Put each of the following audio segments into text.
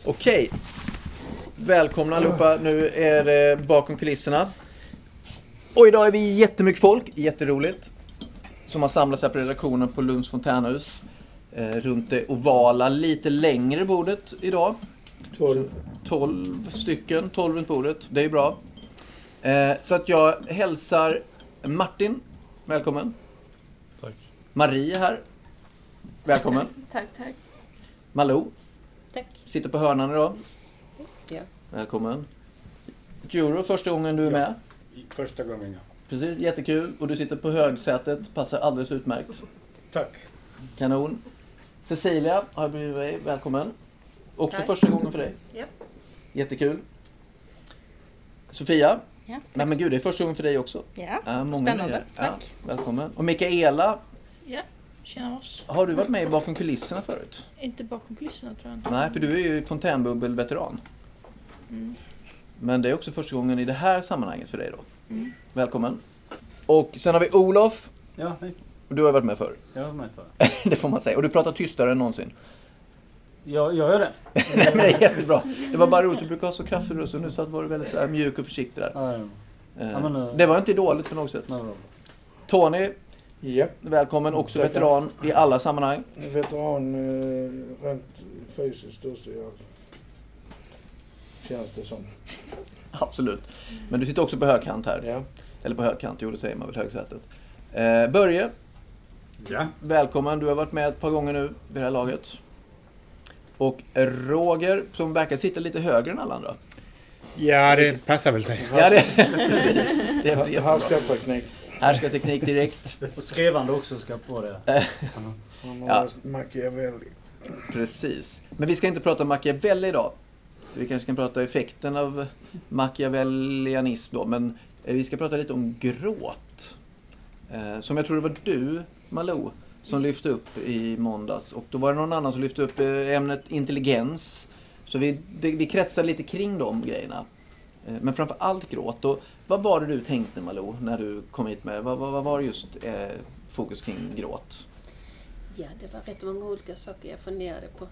Okej. Välkomna allihopa. Nu är det bakom kulisserna. Och idag är vi jättemycket folk. Jätteroligt. Som har samlats här på redaktionen på Lunds fontänhus. Runt det ovala, lite längre bordet idag. 12 stycken. 12 runt bordet. Det är ju bra. Så att jag hälsar Martin. Välkommen. Tack. Marie är här. Välkommen. Tack. Malou. Tack. Sitter på hörnan idag. Ja. Välkommen. Juro, första gången du är med. Första gången, ja. Precis, jättekul. Och du sitter på högsätet. Passar alldeles utmärkt. Tack. Kanon. Cecilia har blivit med. Välkommen. Också Tack. första gången för dig. Ja. Jättekul. Sofia. Ja, Nej men gud, det är första gången för dig också. Ja, Många spännande. nya. Tack. Ja, välkommen. Och Mikaela, Ja, tjena oss. har du varit med bakom kulisserna förut? Inte bakom kulisserna tror jag inte. Nej, för du är ju fontänbubbel-veteran. Mm. Men det är också första gången i det här sammanhanget för dig då. Mm. Välkommen. Och sen har vi Olof. Ja, hej. Och du har varit med förr. Jag var med för. Det får man säga. Och du pratar tystare än någonsin. Jag gör det. Det är jättebra. Det var bara roligt. Du brukar ha så kraftfull röst. Och nu så var du väldigt så här mjuk och försiktig där. Ja, men, Det var inte dåligt på något sätt. nej, Tony, Ja, välkommen. Också Tackar. veteran i alla sammanhang. veteran rent fysiskt också, känns det som. Absolut. Men du sitter också på högkant här. Ja. Eller på högkant, jo det säger man väl, högsätet. Börje, Ja. välkommen. Du har varit med ett par gånger nu vid det här laget. Och Roger, som verkar sitta lite högre än alla andra. Ja, det passar väl sig. Ja, det precis. Det är jättebra. Härskarteknik. Härskarteknik direkt. Och skrivande också ska på det. Han har Ja. läst Machiavelli. Precis. Men vi ska inte prata om Machiavelli idag. Vi kanske kan prata effekten av machiavellianism då. Men vi ska prata lite om gråt. Som jag tror det var du, Malou, som lyfte upp i måndags. Och då var det någon annan som lyfte upp ämnet intelligens. Så vi kretsar lite kring de grejerna. Men framför allt gråt. Och vad var det du tänkte, Malou, när du kom hit med? Vad var just fokus kring gråt? Ja, det var rätt många olika saker jag funderade på.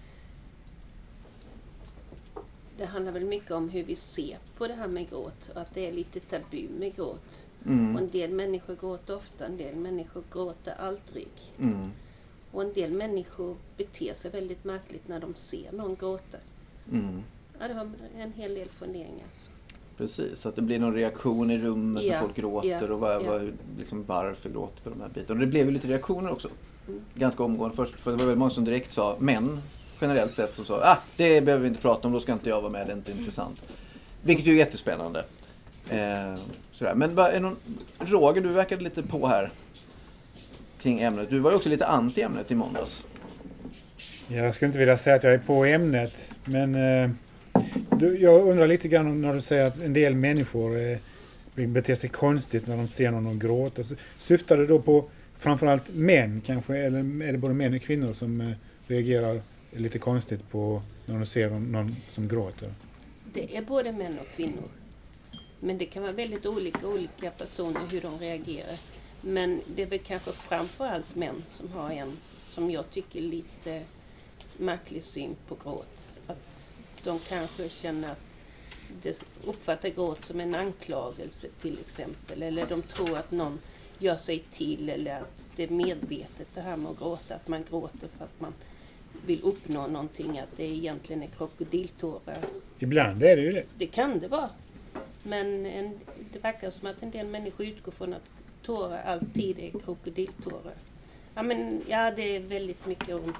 Det handlar väl mycket om hur vi ser på det här med gråt. Och att det är lite tabu med gråt. Och en del människor gråter ofta, en del människor gråter aldrig. Mm. Och en del människor beter sig väldigt märkligt när de ser någon gråta. Mm. Ja, det var en hel del funderingar. Precis, så att det blir någon reaktion i rummet när Ja, folk gråter ja, och liksom varför gråter för de här bitarna. Och det blev ju lite reaktioner också. Ganska omgående först, för det var väl många som direkt sa, män generellt sett, som sa det behöver vi inte prata om, då ska inte jag vara med, det är inte intressant. Vilket ju är jättespännande. Sådär. Men Roger, du verkade lite på här kring ämnet. Du var ju också lite anti-ämnet i måndags. Jag skulle inte vilja säga att jag är på ämnet, men jag undrar lite grann när du säger att en del människor beter sig konstigt när de ser någon gråta. Syftar det då på framförallt män kanske, eller är det både män och kvinnor som reagerar lite konstigt på när de ser någon som gråter? Det är både män och kvinnor. Men det kan vara väldigt olika personer hur de reagerar. Men det är väl kanske framförallt män som har en, som jag tycker, lite märklig syn på gråt. Att de kanske känner att de uppfattar gråt som en anklagelse till exempel. Eller de tror att någon gör sig till, eller att det är medvetet det här med att gråta. Att man gråter för att man vill uppnå någonting, att det egentligen är krokodiltårar. Ibland är det ju det. Det kan det vara. Men det verkar som att en del människor utgår från att tårar alltid är krokodiltårar. Ja, det är väldigt mycket ont.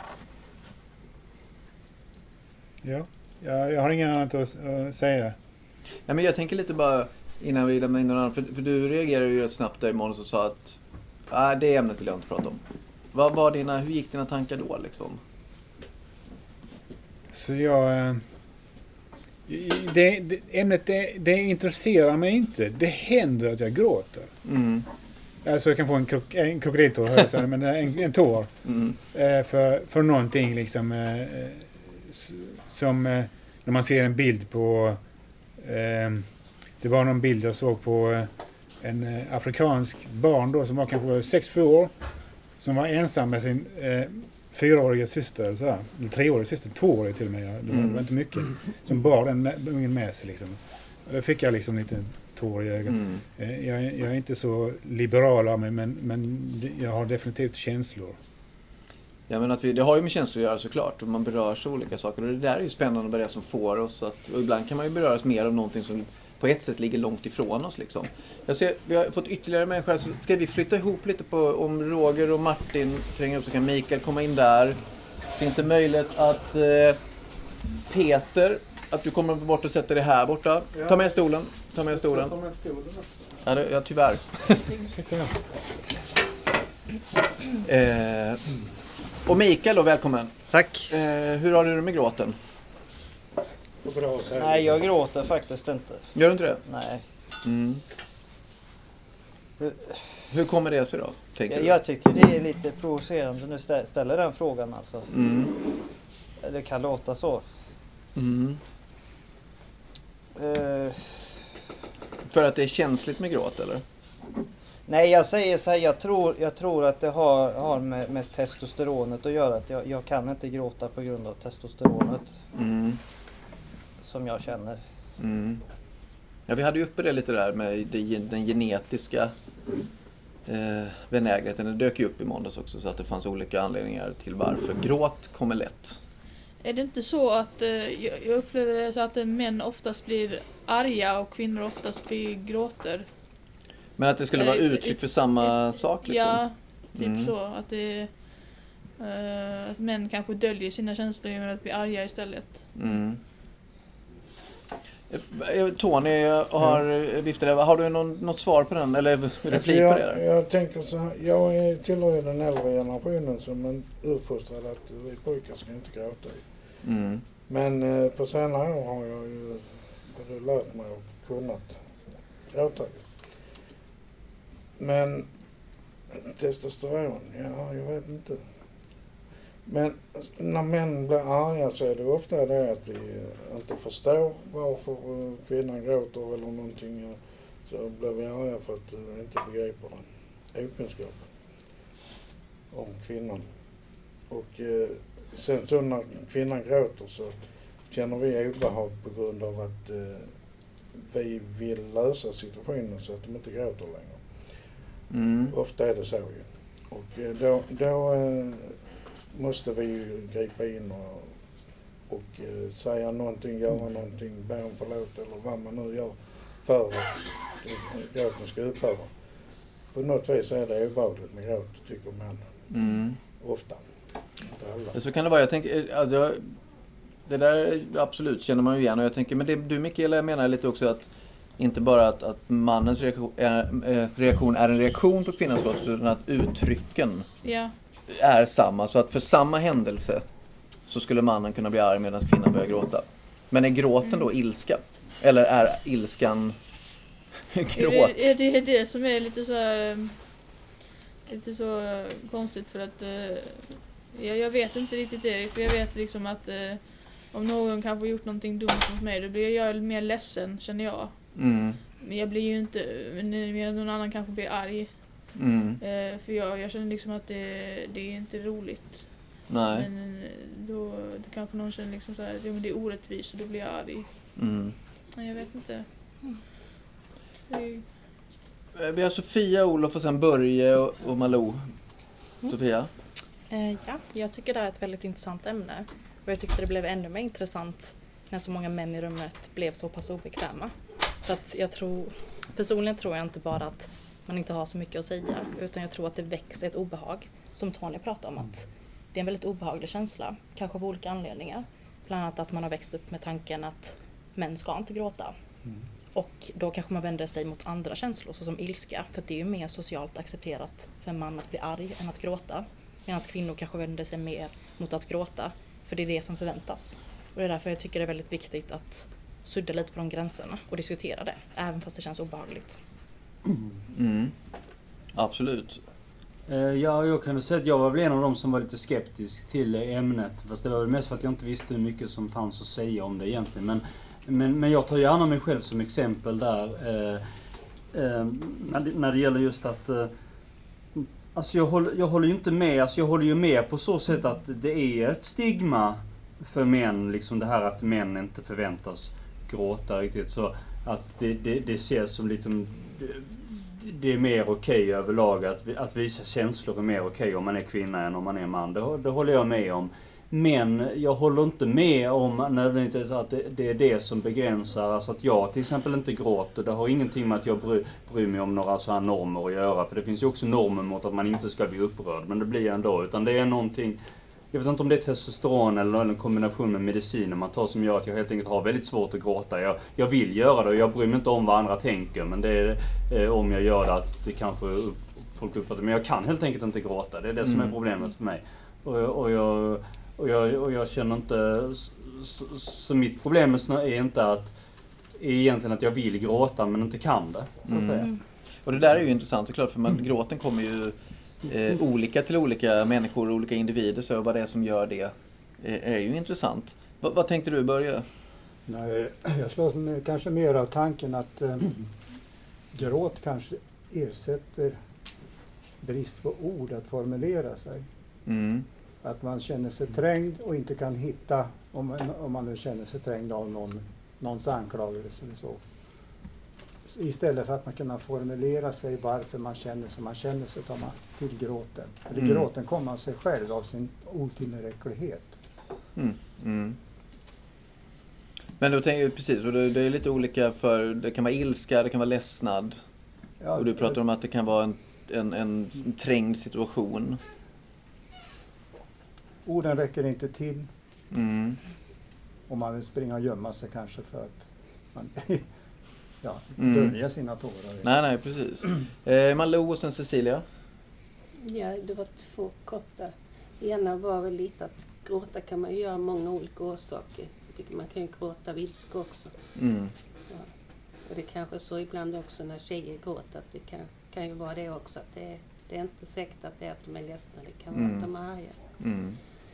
Ja, jag har ingen annat att säga. Ja, men jag tänker lite bara innan vi lämnar in någon annan, för du reagerade ju rätt snabbt där i månads och sa att det ämnet vill jag inte prata om. Hur gick dina tankar då liksom? Så ämnet det intresserar mig inte. Det händer att jag gråter. Mm. Alltså jag kan få en krokodiltår, men en tår. Mm. För någonting liksom som när man ser en bild på det var någon bild jag såg på en afrikansk barn då som var kanske 6-7 år som var ensam med sin 4-åriga syster, så här, eller 3-åriga syster, 2-åriga till och med, det var inte mycket, som bar den ungen med sig liksom. Då fick jag liksom lite tår i ögat. Jag är inte så liberal av mig, men jag har definitivt känslor. Ja, men det har ju med känslor att göra såklart, och man berör sig olika saker, och det där är ju spännande vad det är som får oss att, och ibland kan man ju beröras mer av någonting som på ett sätt ligger långt ifrån oss liksom. Jag ser, vi har fått ytterligare människor, så ska vi flytta ihop lite på, om Roger och Martin tränger upp så kan Mikael komma in där. Finns det möjlighet att Peter, att du kommer bort och sätter dig här borta? Ja. Ta med stolen. Ta med stolen. Ta med stolen också. Ja, tyvärr. Och Mikael då, välkommen. Tack. Hur har du det med gråten? Nej, jag gråter faktiskt inte. Gör du inte det? Nej. Mm. Hur kommer det sig då? Jag tycker det är lite provocerande nu ställer den frågan alltså. Det kan låta så. För att det är känsligt med gråt, eller? Nej, jag säger så här, jag tror att det har med testosteronet att göra. Att jag kan inte gråta på grund av testosteronet. Som jag känner. Ja, vi hade ju uppe det lite där med den genetiska benägenheten. Det dök ju upp i måndags också, så att det fanns olika anledningar till varför gråt kommer lätt. Är det inte så att jag upplever det så att män oftast blir arga och kvinnor oftast blir gråter? Men att det skulle vara uttryck för samma sak liksom? Ja, typ så. Att det att män kanske döljer sina känslor genom att bli arga istället. Tony har du något svar på den, eller replik på det där? Jag tänker så här, jag tillhör den äldre generationen som är urfostrad att vi pojkar ska inte gråta. Men på senare år har jag ju både lärt mig och kunnat gråta. Men testosteron, ja, jag vet inte. Men när män blir arga så är det ofta det att vi inte förstår varför kvinnan gråter eller någonting. Så blir vi arga för att vi inte begriper den okunskapen om kvinnan. Och sen så när kvinnan gråter så känner vi obehag på grund av att vi vill lösa situationen så att de inte gråter längre. Ofta är det så ju. Och då måste vi ju gripa in och säga någonting, göra någonting, be om förlåt eller vad man nu gör för att gråten ska upphöra. På något vis är det obehagligt med gråt, tycker man. Ofta. Inte alla. Så kan det vara. Jag tänker, alltså, det där absolut känner man ju igen, och jag tänker, men det du Mikael, jag menar lite också att inte bara att mannens reaktion är en reaktion på kvinnans gråt, utan att uttrycken är samma. Så att för samma händelse så skulle mannen kunna bli arg medan kvinnan börjar gråta. Men är gråten då ilska? Eller är ilskan gråt? Det är det som är lite så konstigt, för att jag vet inte riktigt det. För jag vet liksom att om någon kanske gjort någonting dumt mot mig, då blir jag mer ledsen, känner jag. Men jag blir ju inte, någon annan kanske blir arg. För jag känner liksom att det är inte roligt. Nej. Men då kanske någon känner liksom så här, ja, men det är orättvist, och då blir jag arg. Nej, jag vet inte. Vi har Sofia, Olof och sen Börje och Malou. Sofia? Ja, jag tycker det är ett väldigt intressant ämne. Och jag tyckte det blev ännu mer intressant när så många män i rummet blev så pass obekväma. För att personligen tror jag inte bara att man inte har så mycket att säga, utan jag tror att det växer ett obehag, som Tony pratade om, att det är en väldigt obehaglig känsla, kanske av olika anledningar. Bland annat att man har växt upp med tanken att män ska inte gråta. Och då kanske man vänder sig mot andra känslor, såsom ilska, för det är ju mer socialt accepterat för en man att bli arg än att gråta. Medan kvinnor kanske vänder sig mer mot att gråta, för det är det som förväntas. Och det är därför jag tycker det är väldigt viktigt att sudda lite på de gränserna och diskutera det, även fast det känns obehagligt. Absolut. Ja, jag kan säga att jag var väl en av dem som var lite skeptisk till ämnet. Fast det var väl mest för att jag inte visste hur mycket som fanns att säga om det egentligen. Men jag tar gärna mig själv som exempel där. När det gäller just att Alltså jag håller ju inte med. Alltså jag håller ju med på så sätt att det är ett stigma för män, liksom det här att män inte förväntas gråta riktigt. Så att det ses som lite... Det är mer okej överlag att visa känslor är mer okej om man är kvinna än om man är man. Det håller jag med om. Men jag håller inte med om nödvändigtvis att det är det som begränsar. Alltså att jag till exempel inte gråter. Det har ingenting med att jag bryr mig om några så här normer att göra. För det finns ju också normer mot att man inte ska bli upprörd. Men det blir ändå. Utan det är någonting... Jag vet inte om det är testosteron eller en kombination med mediciner man tar som gör att jag helt enkelt har väldigt svårt att gråta. Jag vill göra det och jag bryr mig inte om vad andra tänker. Men det är om jag gör det att det kanske folk uppfattar. Men jag kan helt enkelt inte gråta. Det är det som är problemet för mig. Och jag känner inte... Så mitt problem är inte att... Egentligen att jag vill gråta men inte kan det. Så att säga. Och det där är ju intressant såklart för gråten kommer ju... olika till olika människor och olika individer, så vad det är som gör det är ju intressant. Vad tänkte du börja? Nej, jag slås kanske mer av tanken att gråt kanske ersätter brist på ord att formulera sig. Att man känner sig trängd och inte kan hitta, om man nu känner sig trängd av någons anklagelse eller så. Istället för att man kan formulera sig varför man känner som man känner så tar man till gråten. Eller gråten kommer av sig själv, av sin otillräcklighet. Men då tänker jag precis, och det är lite olika för, det kan vara ilska, det kan vara ledsnad. Ja, och du pratar om att det kan vara en trängd situation. Orden räcker inte till. Om man vill springa och gömma sig kanske för att man... dölja sina tårar. Nej, precis. Malou och sen Cecilia. Ja, det var 2 korta. Ena var väl lite att gråta kan man göra många olika orsaker. Jag tycker man kan ju gråta av ilska också. Ja. Och det är kanske så ibland också när tjejer gråter att det kan ju vara det också. Att det är inte säkert att det är att de är ledsna. Det kan vara att de är arga.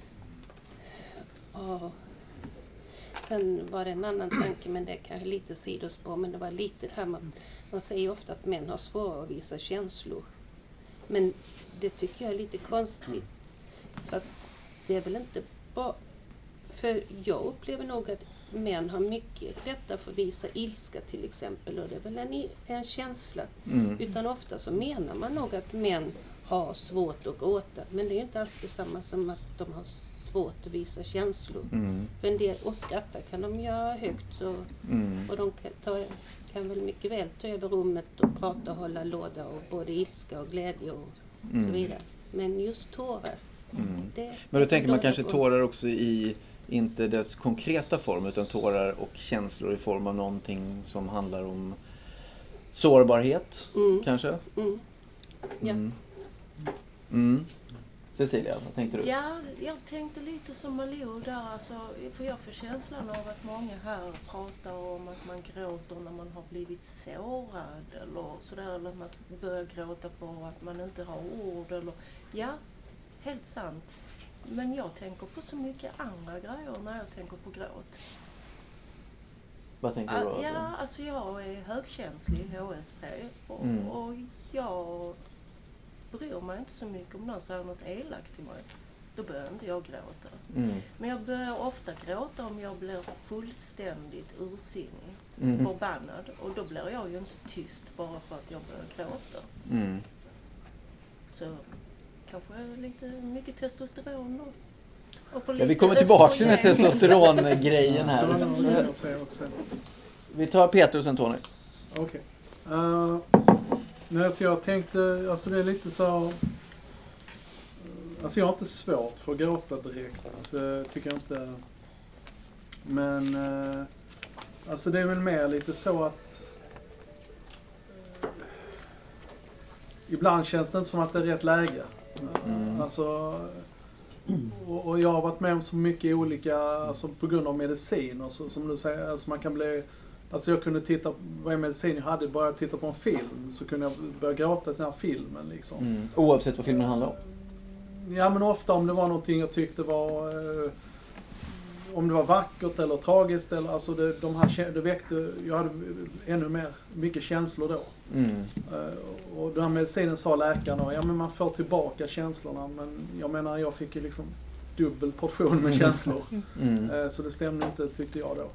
Och sen var det en annan tanke, men det är kanske lite sidospår. Men det var lite det här med att man säger ofta att män har svårare att visa känslor. Men det tycker jag är lite konstigt. För att det är väl inte bara... För jag upplever nog att män har mycket lättare för att visa ilska till exempel. Och det är väl en känsla. Utan ofta så menar man nog att män har svårt att gråta. Men det är inte alls detsamma som att de har svårt att visa känslor. För en del, och skratta kan de göra högt och de kan väl mycket väl ta över rummet och prata och hålla låda och både ilska och glädje och så vidare. Men just tårar. Men då tänker man kanske tårar också i inte dess konkreta form utan tårar och känslor i form av någonting som handlar om sårbarhet kanske? Ja. Cecilia, vad tänkte du? Ja, jag tänkte lite som Malou där. Alltså, för jag får känslan av att många här pratar om att man gråter när man har blivit sårad eller sådär. Eller att man börjar gråta för att man inte har ord. Eller, ja, helt sant. Men jag tänker på så mycket andra grejer när jag tänker på gråt. Vad tänker du då? Ja, alltså jag är högkänslig HSP och jag bryr mig inte så mycket om någon säger något elakt till mig. Då börjar inte jag gråta. Men jag börjar ofta gråta om jag blir fullständigt ursinnig, förbannad. Och då blir jag ju inte tyst bara för att jag börjar gråta. Så kanske lite mycket testosteron då. Ja, vi kommer tillbaka till den här testosterongrejen här. Vi tar Peter och sen Tony. Okej. Nej, så jag tänkte, alltså det är lite så... Alltså jag har inte svårt för att gråta direkt, tycker jag inte. Men alltså det är väl mer lite så att ibland känns det inte som att det är rätt läge. Alltså, och jag har varit med om så mycket olika, alltså på grund av medicin och så, som du säger, alltså man kan bli... Alltså jag kunde titta, vad medicin jag hade, bara titta på en film så kunde jag börja gråta till den här filmen liksom. Oavsett vad filmen handlar om? Ja, men ofta om det var någonting jag tyckte var om det var vackert eller tragiskt eller alltså det väckte, jag hade ännu mycket känslor då. Och den här medicinen sa läkaren, ja men man får tillbaka känslorna, men jag menar jag fick ju liksom dubbel portion med känslor. Så det stämde inte tyckte jag då.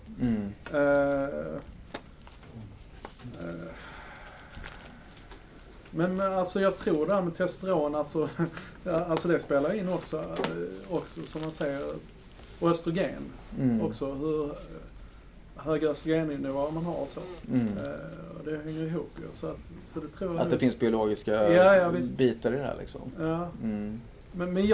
Men alltså jag tror det här med testosteron, alltså det spelar in också som man säger, och östrogen också, hur höga östrogennivåer man har och så. Och det hänger ihop ju. Så det tror jag att det finns biologiska bitar i det här liksom. Ja. Men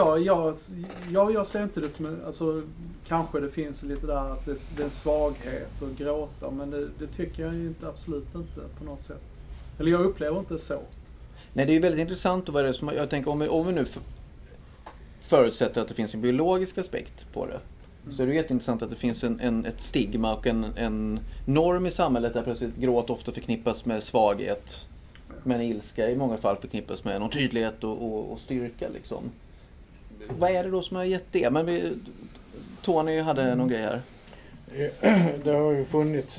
jag ser inte det som, alltså kanske det finns lite där att det är en svaghet och gråta, men det tycker jag inte, absolut inte på något sätt. Eller jag upplever inte så. Nej, det är ju väldigt intressant och vad det är som jag tänker om vi nu förutsätter att det finns en biologisk aspekt på det. Så är det jätteintressant att det finns ett stigma och en norm i samhället där plötsligt gråt ofta förknippas med svaghet, men ilska i många fall förknippas med någon tydlighet och styrka liksom. Vad är det då som har gett det? Men Tony hade någon grej här. Det har ju funnits,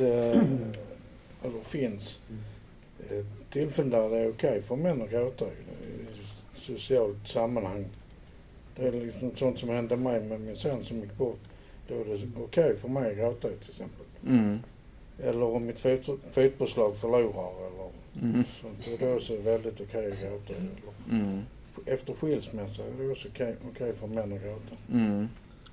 eller finns, tillfällen där det är okej för män att gråta i socialt sammanhang. Det är liksom sånt som hände mig med min son som gick bort. Då är det okej för mig att gråta till exempel. Eller om mitt fotbollslag förlorar eller sånt. Och då är det väldigt okej att gråta. Efter skilsmässa är det också okej för män att gråta.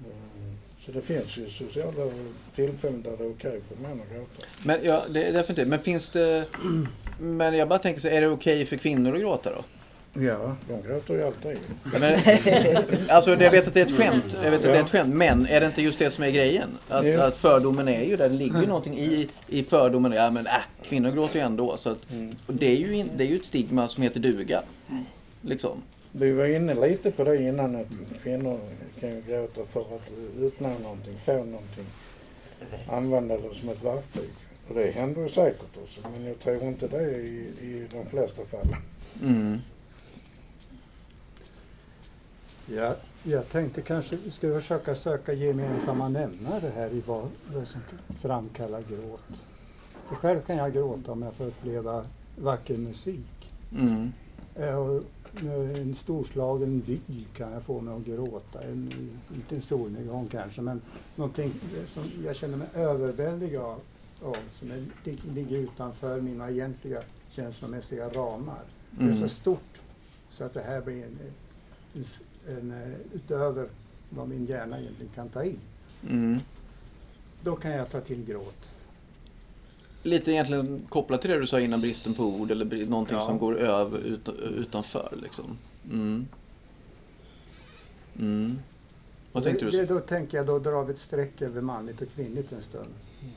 Så det finns ju sociala tillfällen där det är okej för män att gråta. Men ja, det är definitivt. Men finns det... Men jag bara tänker så, är det okej för kvinnor att gråta då? Ja, de gråter ju alltid. Men, alltså jag vet att det är ett skämt. Jag vet att det är ett skämt. Men är det inte just det som är grejen? Att fördomen är ju där. Det ligger ju någonting i fördomen. Ja men kvinnor gråter ju ändå. Så att, och det är ju ett stigma som heter duga. Liksom. Vi var inne lite på det innan att kvinnor kan gråta för att uppnå någonting, få någonting. Använda det som ett verktyg. Och det händer ju säkert också. Men jag tror inte det i de flesta fallen. Ja, jag tänkte kanske vi skulle försöka söka gemensamma nämnare här i vad som framkallar gråt. För själv kan jag gråta om jag får uppleva vacker musik. En storslagen vy kan jag få mig att gråta. Inte en solnedgång kanske, men någonting som jag känner mig överväldigad av som ligger utanför mina egentliga känslomässiga ramar. Det är så stort så att det här blir en utöver vad min hjärna egentligen kan ta in. Då kan jag ta till gråt. Lite egentligen kopplat till det du sa innan, bristen på ord eller någonting som går över utanför liksom. Vad tänkte du? Då tänker jag då drar vi ett streck över manligt och kvinnligt en stund.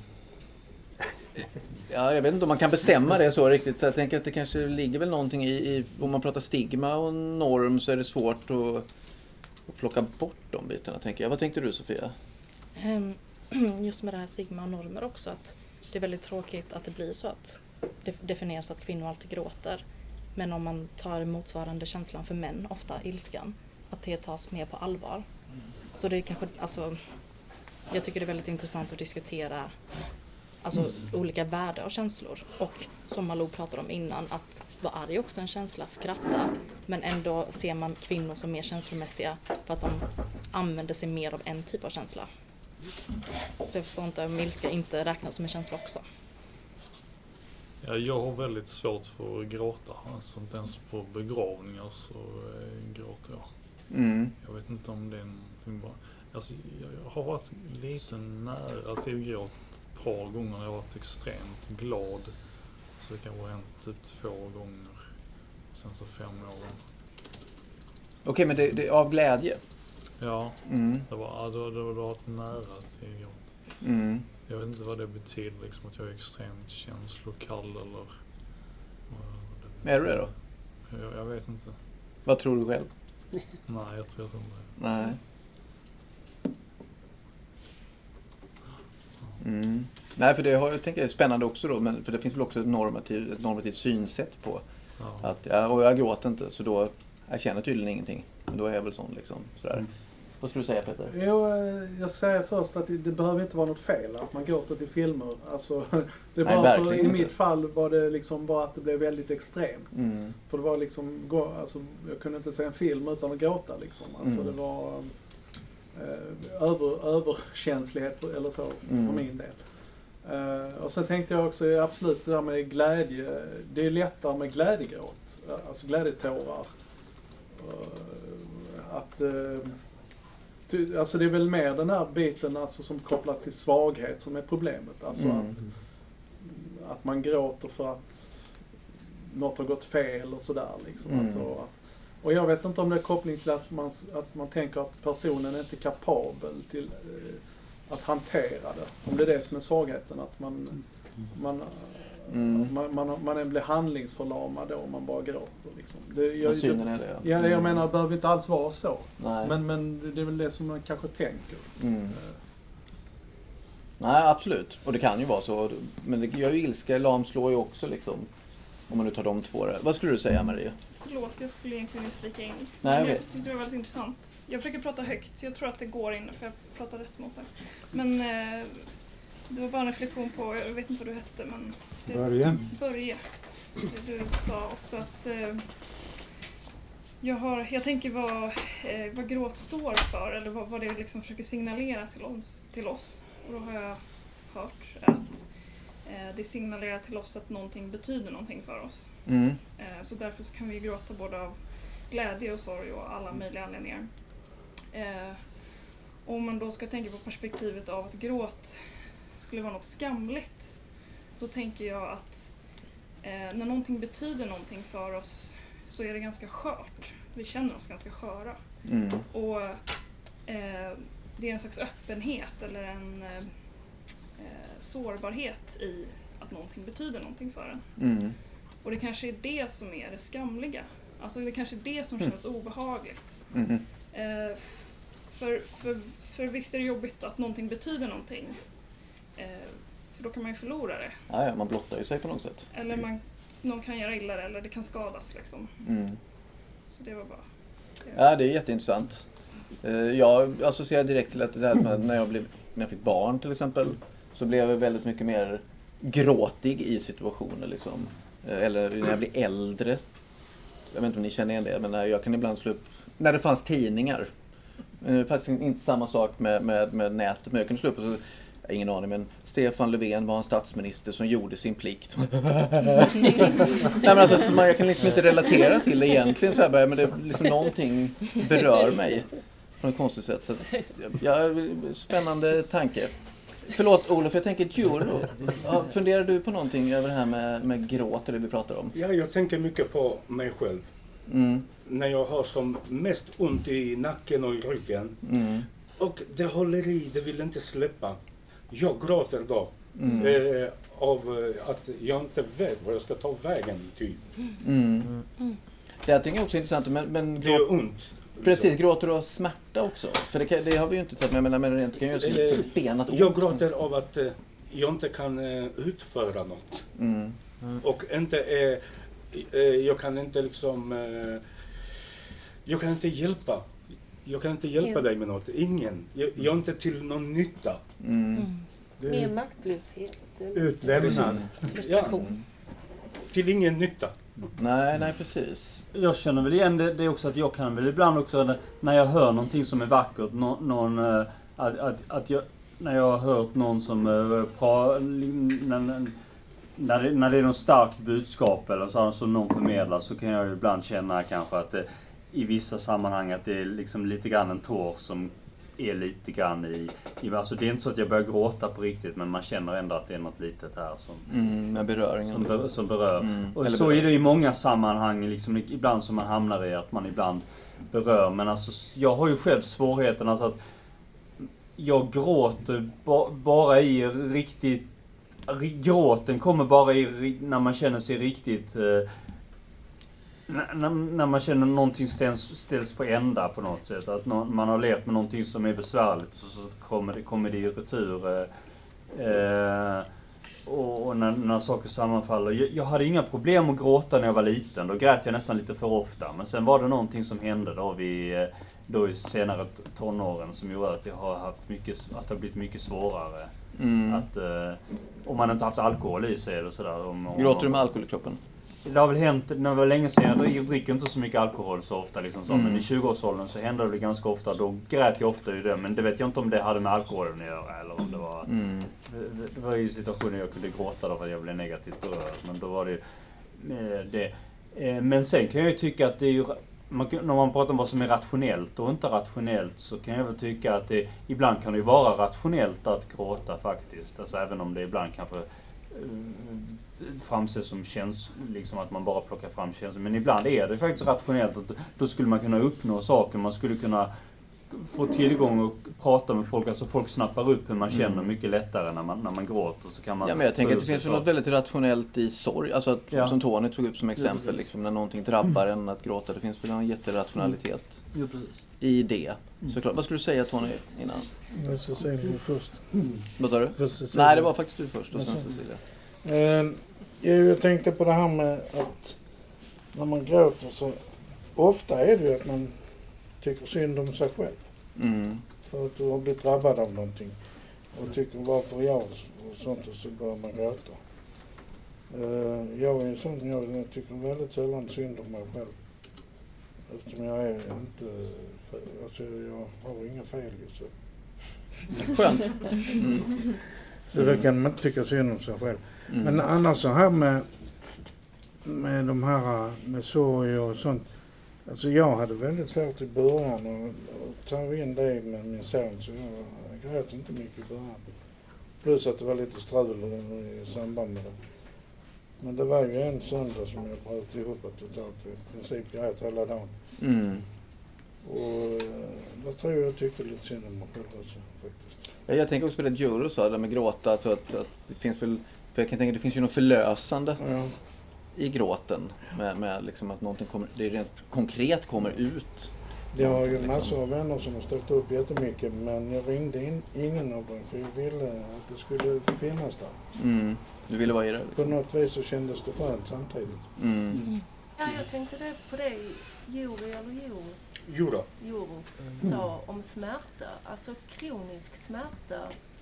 Ja, jag vet inte om man kan bestämma det så riktigt, så jag tänker att det kanske ligger väl någonting i om man pratar stigma och norm så är det svårt att plocka bort de bitarna, tänker jag. Vad tänkte du, Sofia? Just med det här stigma och normer också, att det är väldigt tråkigt att det blir så att det definieras att kvinnor alltid gråter. Men om man tar motsvarande känslan för män, ofta ilskan, att det tas mer på allvar. Så det är kanske, alltså, jag tycker det är väldigt intressant att diskutera olika värden av känslor. Och som Malou pratade om innan, att vara arg är också en känsla, att skratta. Men ändå ser man kvinnor som mer känslomässiga för att de använder sig mer av en typ av känsla. Så jag förstår inte om ilska inte räknas som en känsla också. Ja, jag har väldigt svårt för att gråta. Alltså inte ens på begravningar så gråter jag. Jag vet inte om det är någonting bra. Alltså, jag har varit lite nära till gråt ett par gånger. Jag har varit extremt glad. Så det kan ha hänt typ 2 gånger. Sen så 5 år. Okej, men det är av glädje? Ja, det var varit nära till gråt. Jag vet inte vad det betyder, liksom, att jag är extremt känslokall eller... Är du det då? Jag vet inte. Vad tror du själv? Nej, jag tror inte det. Nej. Nej, för det jag tänker är spännande också då, men för det finns väl också ett normativt synsätt på att och jag gråter inte, så då jag känner tydligen ingenting. Men då är jag väl sån liksom sådär. Vad skulle du säga, Peter? Jo, jag säger först att det behöver inte vara något fel att man gråter till filmer. Alltså, det var Nej, för, i inte. mitt fall var det liksom bara att det blev väldigt extremt. För det var liksom, jag kunde inte se en film utan att gråta liksom. Alltså det var överkänslighet eller så för min del. Och sen tänkte jag också absolut det här med glädje. Det är lättare med glädjegråt, alltså glädjetårar. Alltså det är väl mer den här biten alltså, som kopplas till svaghet som är problemet. Alltså att man gråter för att något har gått fel och sådär. Liksom. Alltså och jag vet inte om det är koppling till att man tänker att personen är inte kapabel till att hantera det. Om det är det som är svagheten, att man blir handlingsförlamad då om man bara gråter. Liksom. Jag menar, det behöver inte alls vara så. Men det är väl det som man kanske tänker. Nej, absolut. Och det kan ju vara så. Men det gör ju ilska, lamslår ju också liksom. Om man nu tar de två. Vad skulle du säga, Marie? Förlåt, jag skulle egentligen inte flika in. Nej, jag tyckte det var väldigt intressant. Jag försöker prata högt. Jag tror att det går in för jag pratar rätt mot det. Men det var bara en reflektion på, jag vet inte vad du hette, men... Börje. Du sa också att jag tänker vad gråt står för, eller vad det liksom försöker signalera till oss. Och då har jag hört att det signalerar till oss att någonting betyder någonting för oss. Så därför så kan vi gråta både av glädje och sorg och alla möjliga anledningar. Om man då ska tänka på perspektivet av att gråt skulle vara något skamligt, då tänker jag att när någonting betyder någonting för oss så är det ganska skört. Vi känner oss ganska sköra. Och det är en slags öppenhet eller en sårbarhet i att någonting betyder någonting för en. Och det kanske är det som är det skamliga. Alltså det kanske är det som känns obehagligt. För visst är det jobbigt att någonting betyder någonting. För då kan man ju förlora det. Ja, man blottar ju sig på något sätt. Eller någon kan göra illa det, eller det kan skadas liksom. Så det var bara... Ja, det är jätteintressant. Jag associerar direkt till att det här med när jag fick barn till exempel, så blev jag väldigt mycket mer gråtig i situationer liksom. Eller när jag blir äldre. Jag vet inte om ni känner igen det, men jag kan ibland slå upp när det fanns tidningar. Faktiskt inte samma sak med nätet, men jag kunde slå upp och så, jag har ingen aning, men Stefan Löfven var en statsminister som gjorde sin plikt. Nej, men alltså, jag kan liksom inte relatera till det egentligen så här, men det liksom någonting berör mig på ett konstigt sätt. Så spännande tanke. Förlåt Olof, jag tänker Juro. Funderar du på någonting över det här med gråt eller det vi pratar om? Ja, jag tänker mycket på mig själv. När jag har som mest ont i nacken och i ryggen. Och det håller i, det vill inte släppa. Jag gråter då. Av att jag inte vet vad jag ska ta vägen typ. Det jag tycker också är intressant. Men det är ont. Precis, gråter du av smärta också? För det har vi ju inte tagit med, men rent kan ju göra så förbenat ont. Jag gråter av att jag inte kan utföra något. Och inte jag kan inte liksom jag kan inte hjälpa. Jag kan inte hjälpa dig med något. Ingen. Jag är inte till någon nytta. Mer maktlöshet. Utlämnad. Frustration. Till ingen nytta. Nej, precis. Jag känner väl igen det också att jag kan väl ibland också när jag hör någonting som är vackert, när jag har hört någon som när det är något starkt budskap eller så som någon förmedlar, så kan jag ibland känna kanske att i vissa sammanhang att det är liksom lite grann en tår som är lite grann i alltså det är inte så att jag börjar gråta på riktigt, men man känner ändå att det är något litet här som berör. Och så är det i många sammanhang liksom, ibland som man hamnar i att man ibland berör, men alltså jag har ju själv svårigheten alltså att jag gråter bara i riktigt, gråten kommer bara i när man känner sig riktigt när man känner någonting ställs på ända på något sätt. Att man har levt med någonting som är besvärligt, så kommer det i retur. Och när saker sammanfaller. Jag hade inga problem att gråta när jag var liten. Då grät jag nästan lite för ofta. Men sen var det någonting som hände då då i senare tonåren som gjorde att jag har haft att det har blivit mycket svårare. Att om man inte haft alkohol i sig eller sådär. Gråter du med alkohol i kroppen? Det har väl hänt, när det var länge sedan, jag dricker inte så mycket alkohol så ofta liksom så, men i 20-årsåldern så hände det ganska ofta, då grät jag ofta i det, men det vet jag inte om det hade med alkoholen att göra eller om det var det var ju situationer jag kunde gråta då för att jag blev negativt berörd, men då var det men sen kan jag ju tycka att det är ju, när man pratar om vad som är rationellt och inte rationellt, så kan jag väl tycka att det ibland kan det ju vara rationellt att gråta faktiskt, alltså även om det ibland kanske framställs som liksom att man bara plockar fram känslor. Men ibland är det faktiskt rationellt att då skulle man kunna uppnå saker. Man skulle kunna få tillgång och prata med folk. Alltså folk snappar upp hur man känner mycket lättare när man gråter. Så kan man men jag tänker att det finns något väldigt rationellt i sorg. Alltså att, som Tony tog upp som exempel, liksom, när någonting drabbar en att gråta. Det finns väl en jätterationalitet i det. Såklart. Vad skulle du säga, Tony, innan? Jag ska säga det först. Vad sa du? Nej, det var faktiskt du först och sen Cecilia. Jag tänkte på det här med att när man gråter så ofta är det ju att man tycker synd om sig själv. För att du har blivit drabbad av någonting. Och tycker varför jag och sånt, och så börjar man gråta. Jag är en sån, jag tycker väldigt sällan synd om mig själv. Eftersom jag är inte, alltså jag har inga fel ju så. Skönt. Så då kan man inte tycka synd om sig själv. Men annars så här med de här med sorg och sånt. Alltså jag hade väldigt svårt i början och ta in det med min son, så jag grät inte mycket i början. Plus att det var lite strul i samband med det. Men det var ju en söndag som jag bröt ihop totalt. I princip grät hela dagen. Och då tror jag tyckte lite synd om mig själv också, faktiskt. Jag tänker också på det Juro sa, det med gråta. Alltså att det finns väl, för jag kan tänka att det finns ju något förlösande i gråten. Med liksom att någonting det är rent konkret kommer ut. Jag har ju massor av vänner som har stått upp jättemycket, men jag ringde ingen av dem för jag ville att det skulle finnas där. Du ville vara i det? På något vis så kändes det skönt samtidigt. Ja, jag tänkte på det Juro sa om smärta. Alltså kronisk smärta.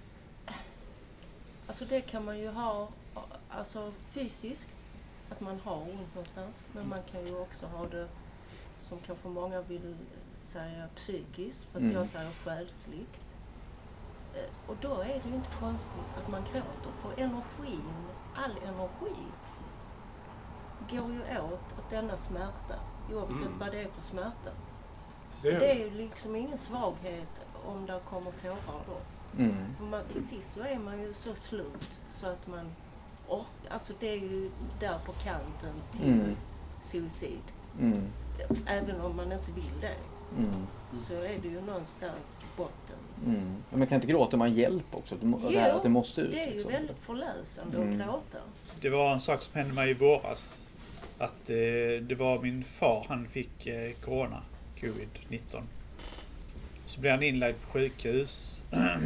Alltså det kan man ju ha alltså fysiskt, att man har ont någonstans. Men man kan ju också ha det, som kanske många vill säga, psykiskt. Fast jag säger själsligt. Och då är det ju inte konstigt att man gråter. För all energi går ju åt denna smärta. Oavsett vad det är för smärta. Det är ju liksom ingen svaghet om det kommer tårar då. För till sist så är man ju så slut så att man alltså det är ju där på kanten till suicid. Även om man inte vill det. Så är det ju någonstans botten. Men man kan inte gråta om man hjälp också. Att det måste ut. Det är ju väldigt förlösande att gråta. Det var en sak som hände mig i våras. Att det var min far, han fick corona, covid-19. Så blev han inlagd på sjukhus.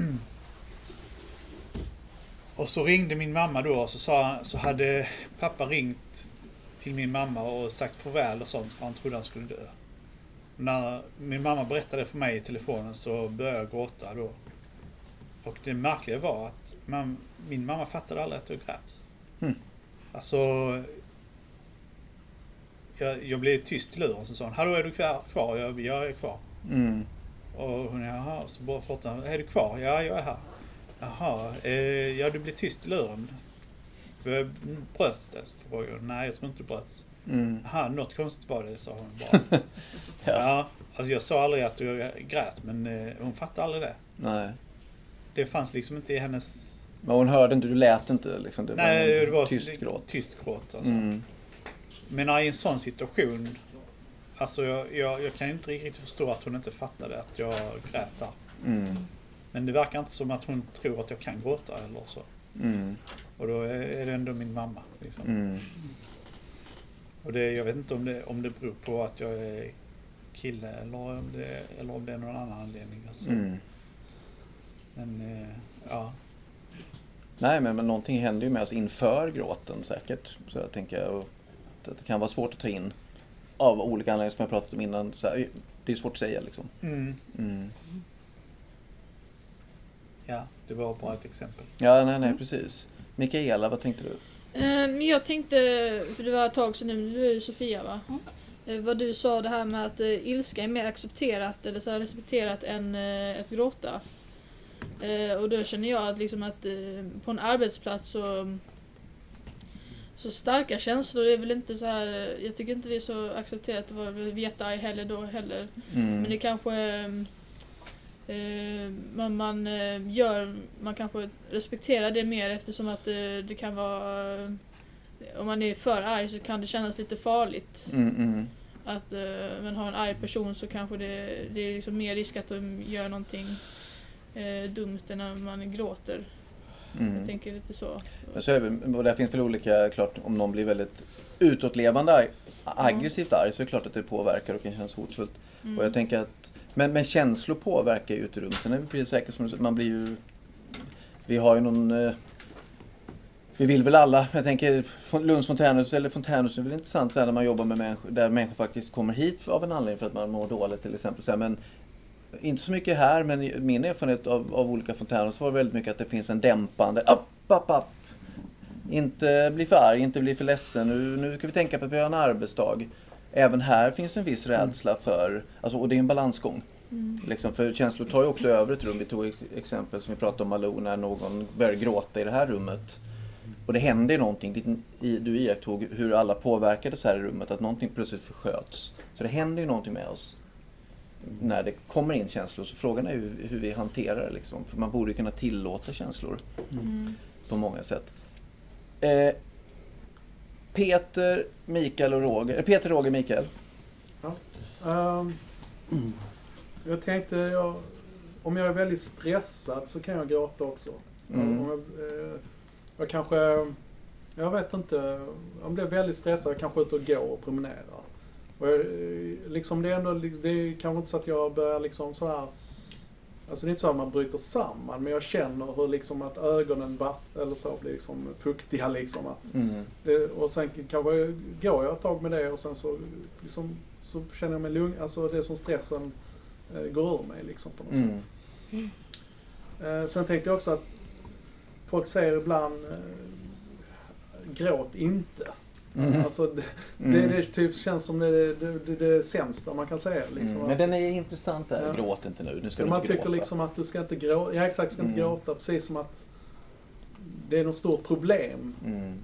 Och så ringde min mamma då och så hade pappa ringt till min mamma och sagt farväl och sånt, för han trodde han skulle dö. När min mamma berättade för mig i telefonen så började jag gråta då. Och det märkliga var att min mamma fattade aldrig att jag grät. Alltså, jag blev tyst i luren, så sa hon, hallå, är du kvar? Jag är kvar. Och hon, jaha, så bara fortare, är du kvar? Ja, jag är här. Jaha, ja, du blev tyst i luren. Bröts det? Nej, jag tror inte det bröts. Jaha, något konstigt var det, sa hon bara. Ja, alltså jag sa aldrig att jag grät, men hon fattade aldrig det. Nej. Det fanns liksom inte i hennes... Men hon hörde inte, du lät inte liksom. Nej, det var tyst gråt. Tyst gråt alltså. Men i en sån situation, alltså jag kan inte riktigt förstå att hon inte fattade att jag grät där. Men det verkar inte som att hon tror att jag kan gråta eller så. Och då är det ändå min mamma liksom. Och jag vet inte om det beror på att jag är kille eller om det är någon annan anledning alltså. Men ja. Nej, men någonting händer ju med oss inför gråten säkert. Så jag tänker att det kan vara svårt att ta in av olika anledningar som jag pratat om innan. Så här, det är svårt att säga liksom. Ja, det var bara ett exempel. Ja, nej, precis. Mikaela, vad tänkte du? Jag tänkte, för det var ett tag sedan nu, du är ju Sofia va? Vad du sa det här med att ilska är mer accepterat eller så här respekterat än att gråta. Och då känner jag att, liksom att på en arbetsplats så starka känslor är väl inte så här, jag tycker inte det är så accepterat att vara jättearg heller då heller. Men det kanske man kanske respekterar det mer eftersom att det kan vara, om man är för arg så kan det kännas lite farligt. Att man har en arg person så kanske det är liksom mer risk att de gör någonting dumt än när man gråter. Jag tänker lite så. Och där finns väl olika, klart om någon blir väldigt utåtlevande aggressivt arg så är det klart att det påverkar och kan kännas hotfullt. Och jag tänker att men känslor påverkar ju ett rum. Sen är det precis säkert som man blir ju, vi har ju någon, vi vill väl alla, jag tänker Lunds Fontänhus eller Fontänhus är väl intressant så här, när man jobbar med människor, där människor faktiskt kommer hit av en anledning för att man mår dåligt till exempel. Så här, men inte så mycket här, men min erfarenhet av olika Fontänhus var väldigt mycket att det finns en dämpande, upp. Inte bli för arg, inte bli för ledsen, nu ska vi tänka på att vi har en arbetsdag. Även här finns en viss rädsla för, alltså, och det är en balansgång. Liksom, för känslor tar ju också över ett rum. Vi tog exempel som vi pratade om Malou, när någon börjar gråta i det här rummet. Och det händer någonting, du iakttog hur alla påverkades här i rummet, att någonting plötsligt försköts. Så det händer ju någonting med oss när det kommer in känslor. Så frågan är ju hur vi hanterar det liksom. För man borde kunna tillåta känslor på många sätt. Peter, Mikael och Roger. Peter, Roger, Mikael. Ja. Jag tänkte, om jag är väldigt stressad så kan jag gråta också. Om jag kanske, jag vet inte, om jag blir väldigt stressad, jag kanske ut och gå och promenera. Och liksom det är ändå, det är kanske inte så att jag börjar liksom så här, alltså det är inte så att man bryter samman, men jag känner hur liksom att ögonen eller så blir liksom fuktiga liksom att och sen kanske går jag ett tag med det och sen så liksom så känner jag mig lugn, alltså det är som stressen går ur mig liksom på något sätt. Sen tänkte jag också att folk säger ibland gråt inte. Alltså det typ känns som det sämsta man kan säga liksom. Men den är intressant där, gråt inte nu ska du man inte gråta. tycker liksom att du ska inte gråta, exakt, du ska inte gråta, precis som att det är något stort problem.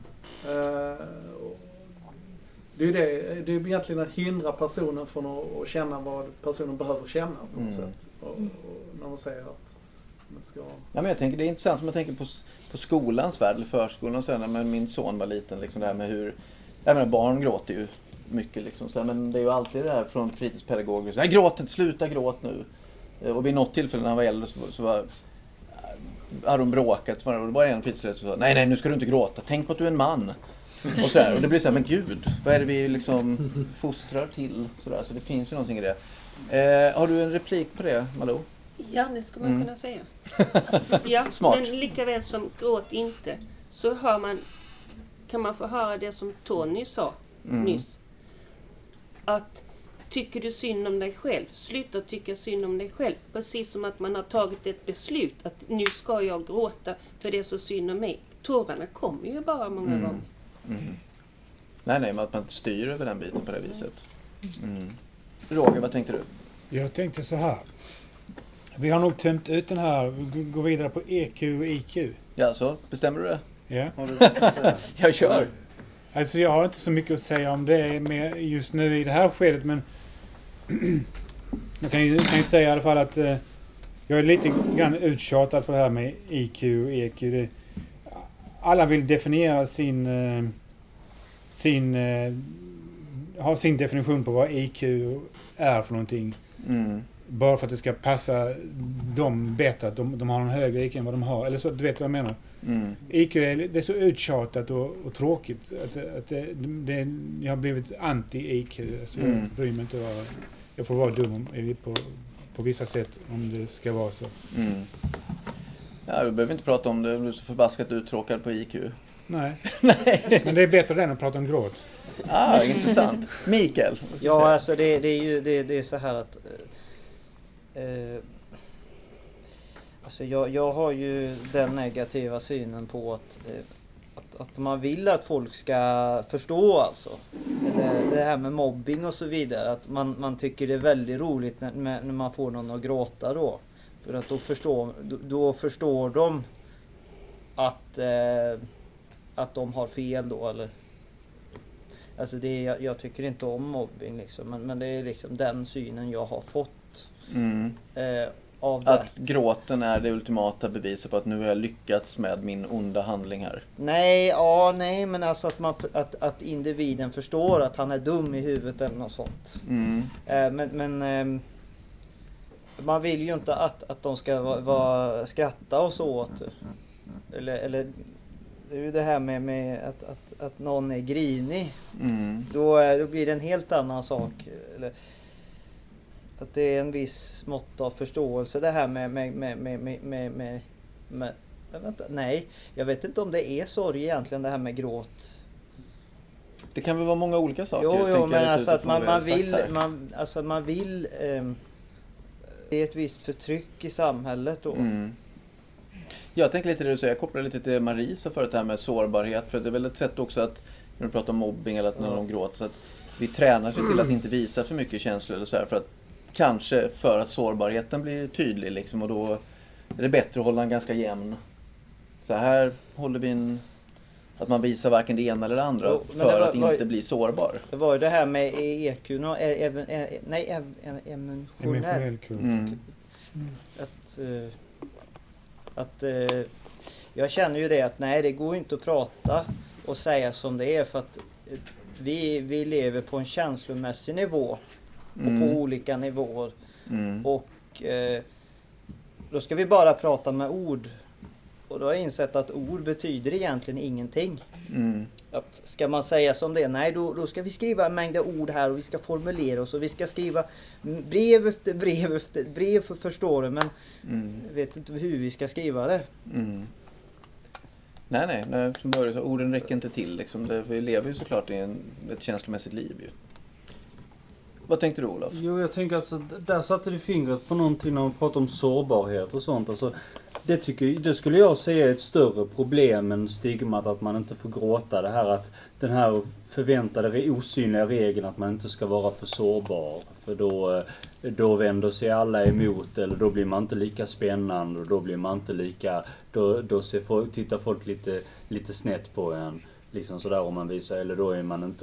Det är ju egentligen att hindra personen från att känna vad personen behöver känna på något sätt. Och när man säger att man ska... Ja, men jag tänker det är intressant som jag tänker på skolans värld eller förskolan så här, när min son var liten liksom det här med hur, jag menar barn gråter ju mycket liksom så här, men det är ju alltid det här från fritidspedagoger så här, gråt inte, sluta gråt nu. Och vid något tillfälle när han var äldre så var de bråkat så var det en fritidsledare som sa nej nu ska du inte gråta, tänk på att du är en man. Och så här, och det blir så här, men gud, vad är det vi liksom fostrar till så där, så det finns ju någonting i det. Har du en replik på det, Malou? Ja, det ska man kunna säga. Ja, smart. Men lika väl som gråt inte så kan man få höra det som Tony sa nyss. Att tycker du synd om dig själv, sluta tycka synd om dig själv. Precis som att man har tagit ett beslut att nu ska jag gråta för det är så synd om mig. Tårarna kommer ju bara många gånger. Nej, men att man inte styr över den biten på det viset. Roger, vad tänkte du? Jag tänkte så här. Vi har nog tömt ut den här, gå vidare på EQ och IQ. Ja, så bestämmer du det? Ja. Jag kör. Alltså jag har inte så mycket att säga om det med just nu i det här skedet, men jag kan ju säga i alla fall att jag är lite grann uttjatad på det här med IQ och EQ. Alla vill definiera ha sin definition på vad IQ är för någonting. Bara för att det ska passa dem bättre, att de har en högre IQ än vad de har. Eller så, du vet vad jag menar. IQ det är så uttjatat och tråkigt att jag har blivit anti-IQ. Så jag bryr mig inte. Jag får vara dum på vissa sätt om det ska vara så. Ja, vi behöver inte prata om det. Du är så förbaskat uttråkad på IQ. Nej. Men det är bättre än att prata om gråt. Intressant. Mikael? Ja, alltså det är så här att alltså jag har ju den negativa synen på att man vill att folk ska förstå alltså. Det här med mobbing och så vidare. Att man tycker det är väldigt roligt när man får någon att gråta då. För att då förstår de att de har fel då. Eller, alltså jag tycker inte om mobbing liksom. Men det är liksom den synen jag har fått. Av det. Att gråten är det ultimata beviset på att nu har jag lyckats med min onda handling här. Nej, men alltså att individen förstår att han är dum i huvudet eller något sånt. Men man vill ju inte att de ska skratta och så åt. Eller det är ju det här med att någon är grinig. Då blir det en helt annan sak. Eller, att det är en viss mått av förståelse det här med vänta, nej, jag vet inte om det är sorg egentligen det här med gråt. Det kan väl vara många olika saker. Jo, men alltså att man vill det är ett visst förtryck i samhället då. Jag tänker lite det du säger, jag kopplar lite till Marie så förut det här med sårbarhet, för det är väl ett sätt också att när du pratar om mobbing eller att när någon gråter, så att vi tränar sig till att inte visa för mycket känslor eller så här, för att sårbarheten blir tydlig liksom, och då är det bättre att hålla en ganska jämn. Så här håller vi att man visar varken det ena eller det andra för att inte bli sårbar. Det var ju det här med EQ och emotionell. Att jag känner ju det att nej, det går inte att prata och säga som det är, för att vi lever på en känslomässig nivå och på olika nivåer. Och då ska vi bara prata med ord. Och då har jag insett att ord betyder egentligen ingenting. Att ska man säga som det är, nej då ska vi skriva en mängd ord här och vi ska formulera oss och vi ska skriva brev efter brev efter brev för förstår du, men jag vet inte hur vi ska skriva det. Nej, som börjar så orden räcker inte till liksom. Vi lever ju såklart i ett känslomässigt liv ju. Vad tänkte du, Olof? Jo, jag tänker alltså, där satte du fingret på någonting när man pratar om sårbarhet och sånt. Alltså, det skulle jag säga är ett större problem än stigmat att man inte får gråta. Det här att den här förväntade osynliga regeln att man inte ska vara för sårbar. För då vänder sig alla emot, eller då blir man inte lika spännande och då blir man inte lika... Då tittar folk lite snett på en. Liksom sådär om man visar, eller då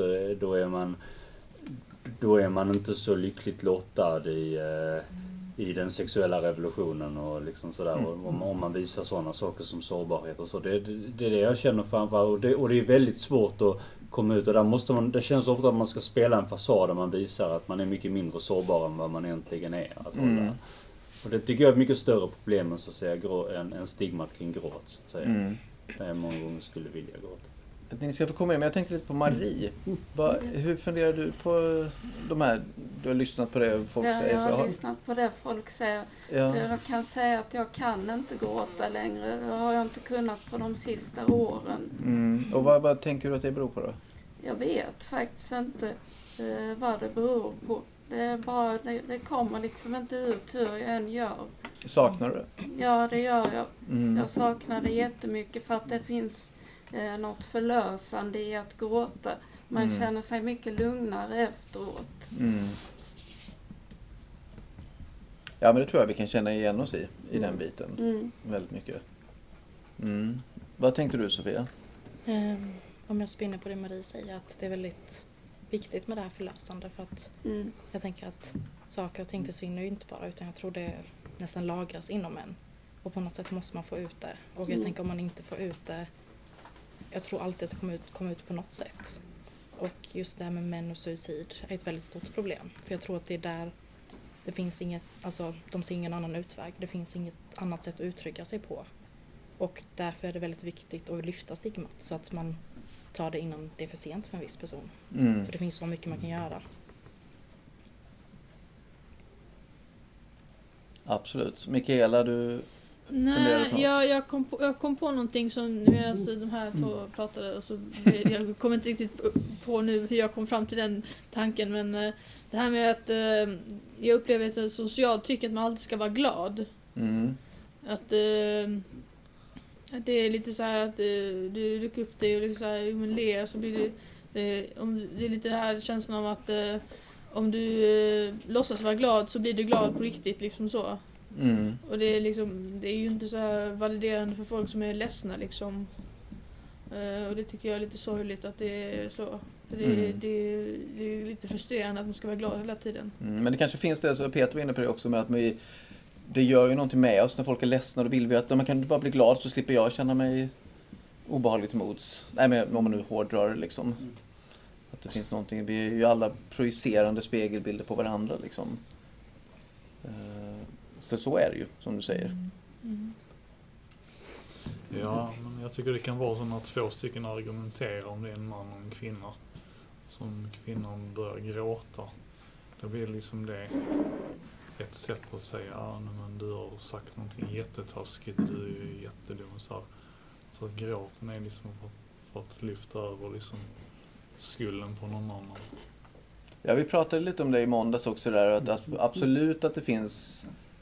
är man inte så lyckligt lottad i den sexuella revolutionen och liksom sådär. Om man visar sådana saker som sårbarhet och så. Det är det jag känner framför, och det är väldigt svårt att komma ut. Och där det känns ofta att man ska spela en fasad där man visar att man är mycket mindre sårbar än vad man egentligen är. Och det tycker jag är ett mycket större problem än, så att säga, än stigmat kring gråt. Så att säga. Där jag många gånger skulle vilja gråta. Ni ska få komma in, men jag tänkte lite på Marie. Hur funderar du på de här, du har lyssnat på det folk säger? Jag har lyssnat på det folk säger. Ja. Jag kan säga att jag kan inte gråta längre. Det har jag inte kunnat på de sista åren. Och vad tänker du att det beror på då? Jag vet faktiskt inte vad det beror på. Det är bara, det kommer liksom inte ut hur jag än gör. Saknar du det? Ja, det gör jag. Jag saknar det jättemycket för att det finns något förlösande i att gråta. Man känner sig mycket lugnare efteråt. Ja, men det tror jag vi kan känna igen oss i den biten. Väldigt mycket. Vad tänkte du, Sofia? Om jag spinner på det Marie säger, att det är väldigt viktigt med det här förlösande, för att jag tänker att saker och ting försvinner ju inte bara, utan jag tror det nästan lagras inom en. Och på något sätt måste man få ut det. Och jag tänker om man inte får ut det, jag tror alltid att det kommer ut på något sätt. Och just det här med män och suicid är ett väldigt stort problem. För jag tror att det är där det finns inget, alltså de ser ingen annan utväg. Det finns inget annat sätt att uttrycka sig på. Och därför är det väldigt viktigt att lyfta stigmat så att man tar det innan det är för sent för en viss person. För det finns så mycket man kan göra. Absolut. Mikaela, du Nej, jag kom på någonting som medan de här två pratade och så jag kommer inte riktigt på nu hur jag kom fram till den tanken, men det här med att jag upplever ett socialt tryck att man alltid ska vara glad. Att det är lite så här att du rycker upp dig och liksom så här, men ler så blir det är lite det här känslan av att om du låtsas vara glad så blir du glad på riktigt liksom så. Och det är ju inte så här validerande för folk som är ledsna liksom. Och det tycker jag är lite sorgligt att det är så. Det är lite frustrerande att man ska vara glad hela tiden. Men det kanske finns det, så Peter var inne på det också, med att det gör ju någonting med oss när folk är ledsna. Då vill vi att man kan bara bli glad så slipper jag känna mig obehagligt mods. Nej, men om man nu hårdrar liksom. Att det finns någonting, vi är ju alla projicerande spegelbilder på varandra liksom. För så är det ju, som du säger. Ja, men jag tycker det kan vara så när 2 stycken argumenterar om det är en man och en kvinna. Som kvinnan börjar gråta. Då blir liksom det ett sätt att säga men du har sagt någonting jättetaskigt, du är ju jättedum. Så att gråten är liksom för att lyfta över liksom skulden på någon annan. Ja, vi pratade lite om det i måndags också där, att absolut att det finns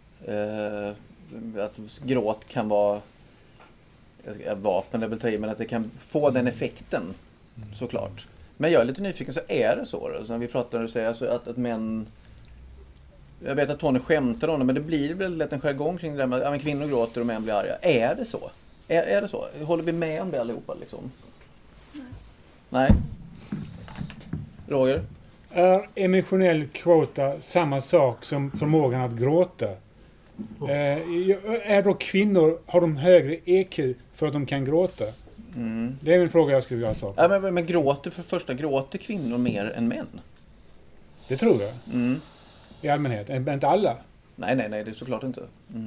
att gråt kan vara vapen, det vill ta i, men att det kan få den effekten såklart. Men jag är lite nyfiken, så är det så då? Så vi pratade och säger alltså att män, jag vet att Tony skämtar om det, men det blir väl lätt en jargong kring det där med att kvinnor gråter och män blir arga. Är det så? Är det så? Håller vi med om det allihopa liksom? Nej. Roger? Är emotionell kvota samma sak som förmågan att gråta? Är då kvinnor, har de högre EQ för att de kan gråta? Det är en fråga jag skulle vilja ha svar på. Ja, men gråter kvinnor mer än män? Det tror jag. I allmänhet. Inte alla. Nej, det är såklart inte.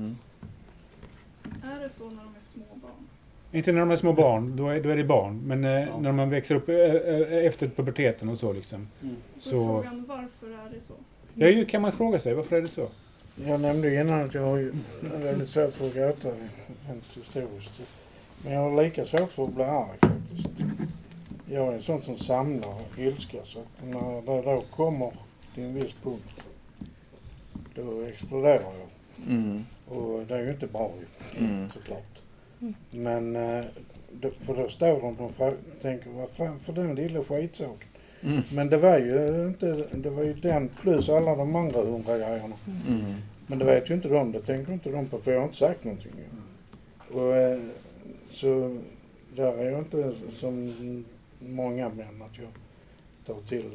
Är det så när de är små barn? Inte när de är små barn, då är det barn. Men när man växer upp efter puberteten och så liksom. Så frågan, varför är det så? Ja, kan man fråga sig, varför är det så? Jag nämnde innan att jag har ju väldigt svårt för att gråta rent historiskt. Men jag har lika svårt för att bli arg faktiskt. Jag är en sån som samlar ilska, så att när det då kommer till en viss punkt, då exploderar jag. Och det är ju inte bra såklart. Men för då står de och tänker, vad fan för den lilla skitsaken. Men det var ju den plus alla de andra 100 grejerna. Men det vet ju inte de, det tänker inte de på, för jag har inte sagt någonting. Och så där är jag inte som många män att jag tar till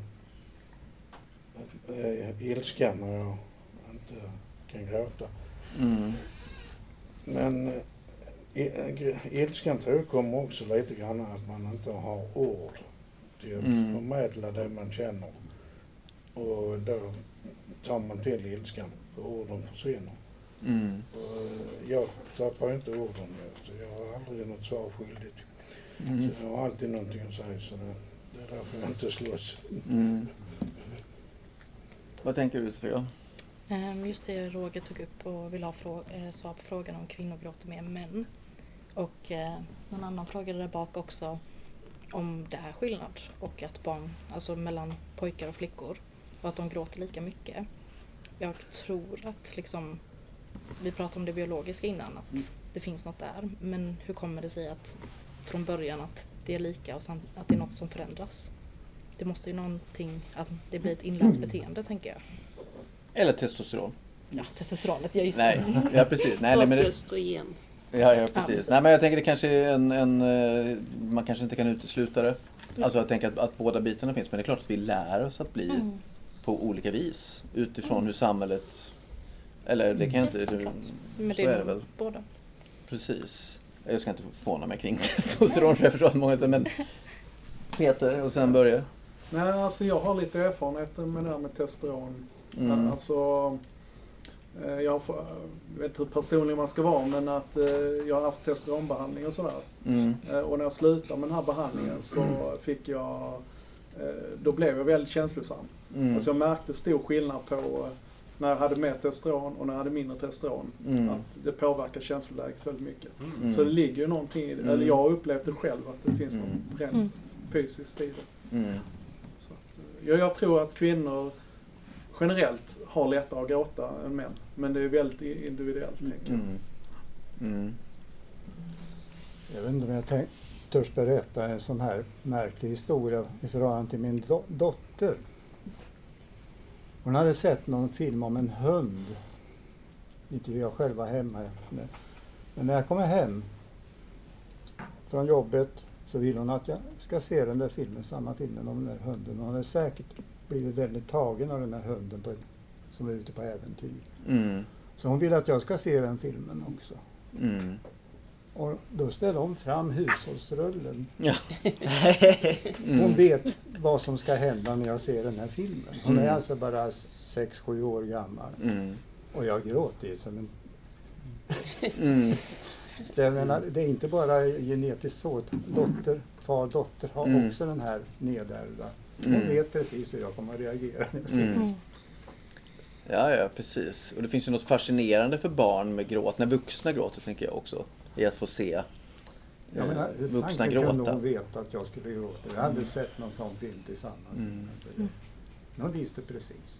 ilskan när jag inte kan gråta. Men ilskan tror jag kommer också lite grann att man inte har ord till att förmedla det man känner. Och då tar man till ilskan, för orden försvinner. Och jag tappar inte orden, så jag har aldrig något svar skyldigt. Så jag har alltid någonting att säga, så det är därför jag inte slåss. Vad tänker du, Sofia? Just det Roger tog upp och vill ha svar på frågan om kvinnor gråter mer än män. Och någon annan fråga där bak också om det är skillnad och att barn, alltså mellan pojkar och flickor, och att de gråter lika mycket. Jag tror att liksom, vi pratade om det biologiska innan, att det finns något där, men hur kommer det sig att från början att det är lika och sen att det är något som förändras? Det måste ju någonting, att det blir ett inlärt beteende, tänker jag. Eller testosteron. Ja, testosteronet, jag just nej, ja precis. Nej, men östrogen. Ja, precis. Nej, men jag tänker det kanske är man kanske inte kan utesluta det. Alltså jag tänker att båda bitarna finns, men det är klart att vi lär oss att bli på olika vis utifrån hur samhället, eller det kan jag inte, men det är väl båda. Precis. Jag ska inte förvåna mig kring testosteron, för jag förstår att många, men Peter och sen Börje. Nej, alltså jag har lite erfarenhet med det här med testosteron. Alltså jag vet inte hur personlig man ska vara, men att jag har haft testosteronbehandling och sådär. Och när jag slutade med den här behandlingen så fick jag, då blev jag väldigt känslosam. Alltså jag märkte stor skillnad på när jag hade mer testosteron och när jag hade mindre testosteron. Att det påverkar känsloläget väldigt mycket. Så det ligger ju någonting i det. Eller jag har upplevt det själv att det finns något rent fysiskt i det. Så att, jag tror att kvinnor generellt har lättare att gråta än män. Men det är väldigt individuellt. Jag vet inte om jag törs berätta en sån här märklig historia i förhållande till min dotter. Hon hade sett någon film om en hund. Inte jag själv var hemma. Men när jag kommer hem från jobbet så vill hon att jag ska se den där filmen, samma filmen om den där hunden. Hon hade säkert blivit väldigt tagen av den där hunden som var ute på äventyr. Så hon vill att jag ska se den filmen också. Och då ställer hon fram hushållsrullen. Ja. Hon vet vad som ska hända när jag ser den här filmen. Hon är alltså bara 6-7 år gammal. Och jag gråter som en... Så jag menar, det är inte bara genetiskt så. Far och dotter har också den här nedärvda. Hon vet precis hur jag kommer att reagera när jag ser den. Ja, precis. Och det finns ju något fascinerande för barn med gråt. När vuxna gråter, tänker jag också. I att få se vuxna gråta. Jag kunde nog veta att jag skulle gråta. Jag hade sett någon sån film tillsammans. Hon visste precis.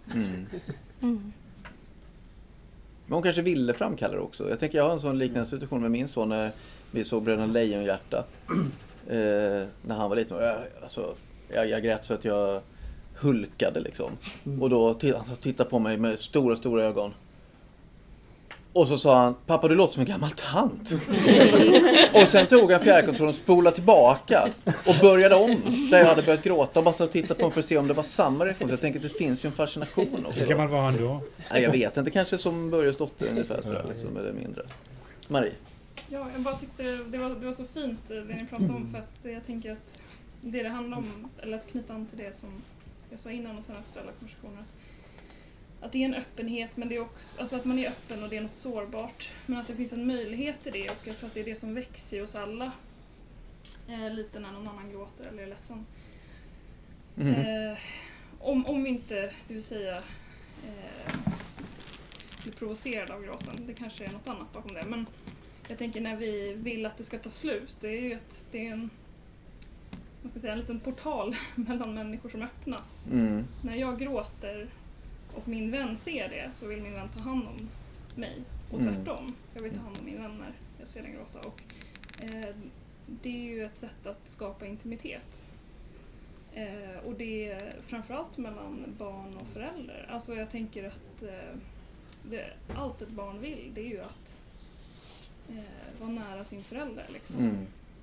Men hon kanske ville framkalla det också. Jag tänker jag har en sån liknande situation med min son när vi såg Bröderna Lejonhjärta. När han var liten. Jag grät så att jag hulkade liksom. Och då tittade på mig med stora ögon. Och så sa han, pappa du låter som en gammal tant. Och sen tog han fjärrkontrollen och spolade tillbaka. Och började om där jag hade börjat gråta. Och bara titta på honom för att se om det var samma reaktion. Jag tänker att det finns ju en fascination också. Hur gammal var han då? Nej, jag vet inte, kanske som Börjes dotter ungefär sådär, liksom, eller mindre. Marie? Ja, jag bara tyckte det var så fint det ni pratade om. För att jag tänker att det handlar om, eller att knyta an till det som jag sa innan och sen efter alla konversationer. Att det är en öppenhet, men det är också, alltså att man är öppen och det är något sårbart. Men att det finns en möjlighet till det, och jag tror att det är det som växer hos alla. Lite när någon annan gråter eller är ledsen. Om vi inte, det vill säga, blir provocerade av gråten. Det kanske är något annat bakom det. Men jag tänker när vi vill att det ska ta slut, det är ju det är en liten portal mellan människor som öppnas. När jag gråter och min vän ser det, så vill min vän ta hand om mig. Och tvärtom. Jag vill ta hand om min vän när jag ser den gråta. Och det är ju ett sätt att skapa intimitet. Och det är framförallt mellan barn och förälder. Alltså jag tänker att allt ett barn vill, det är ju att vara nära sin förälder. Liksom.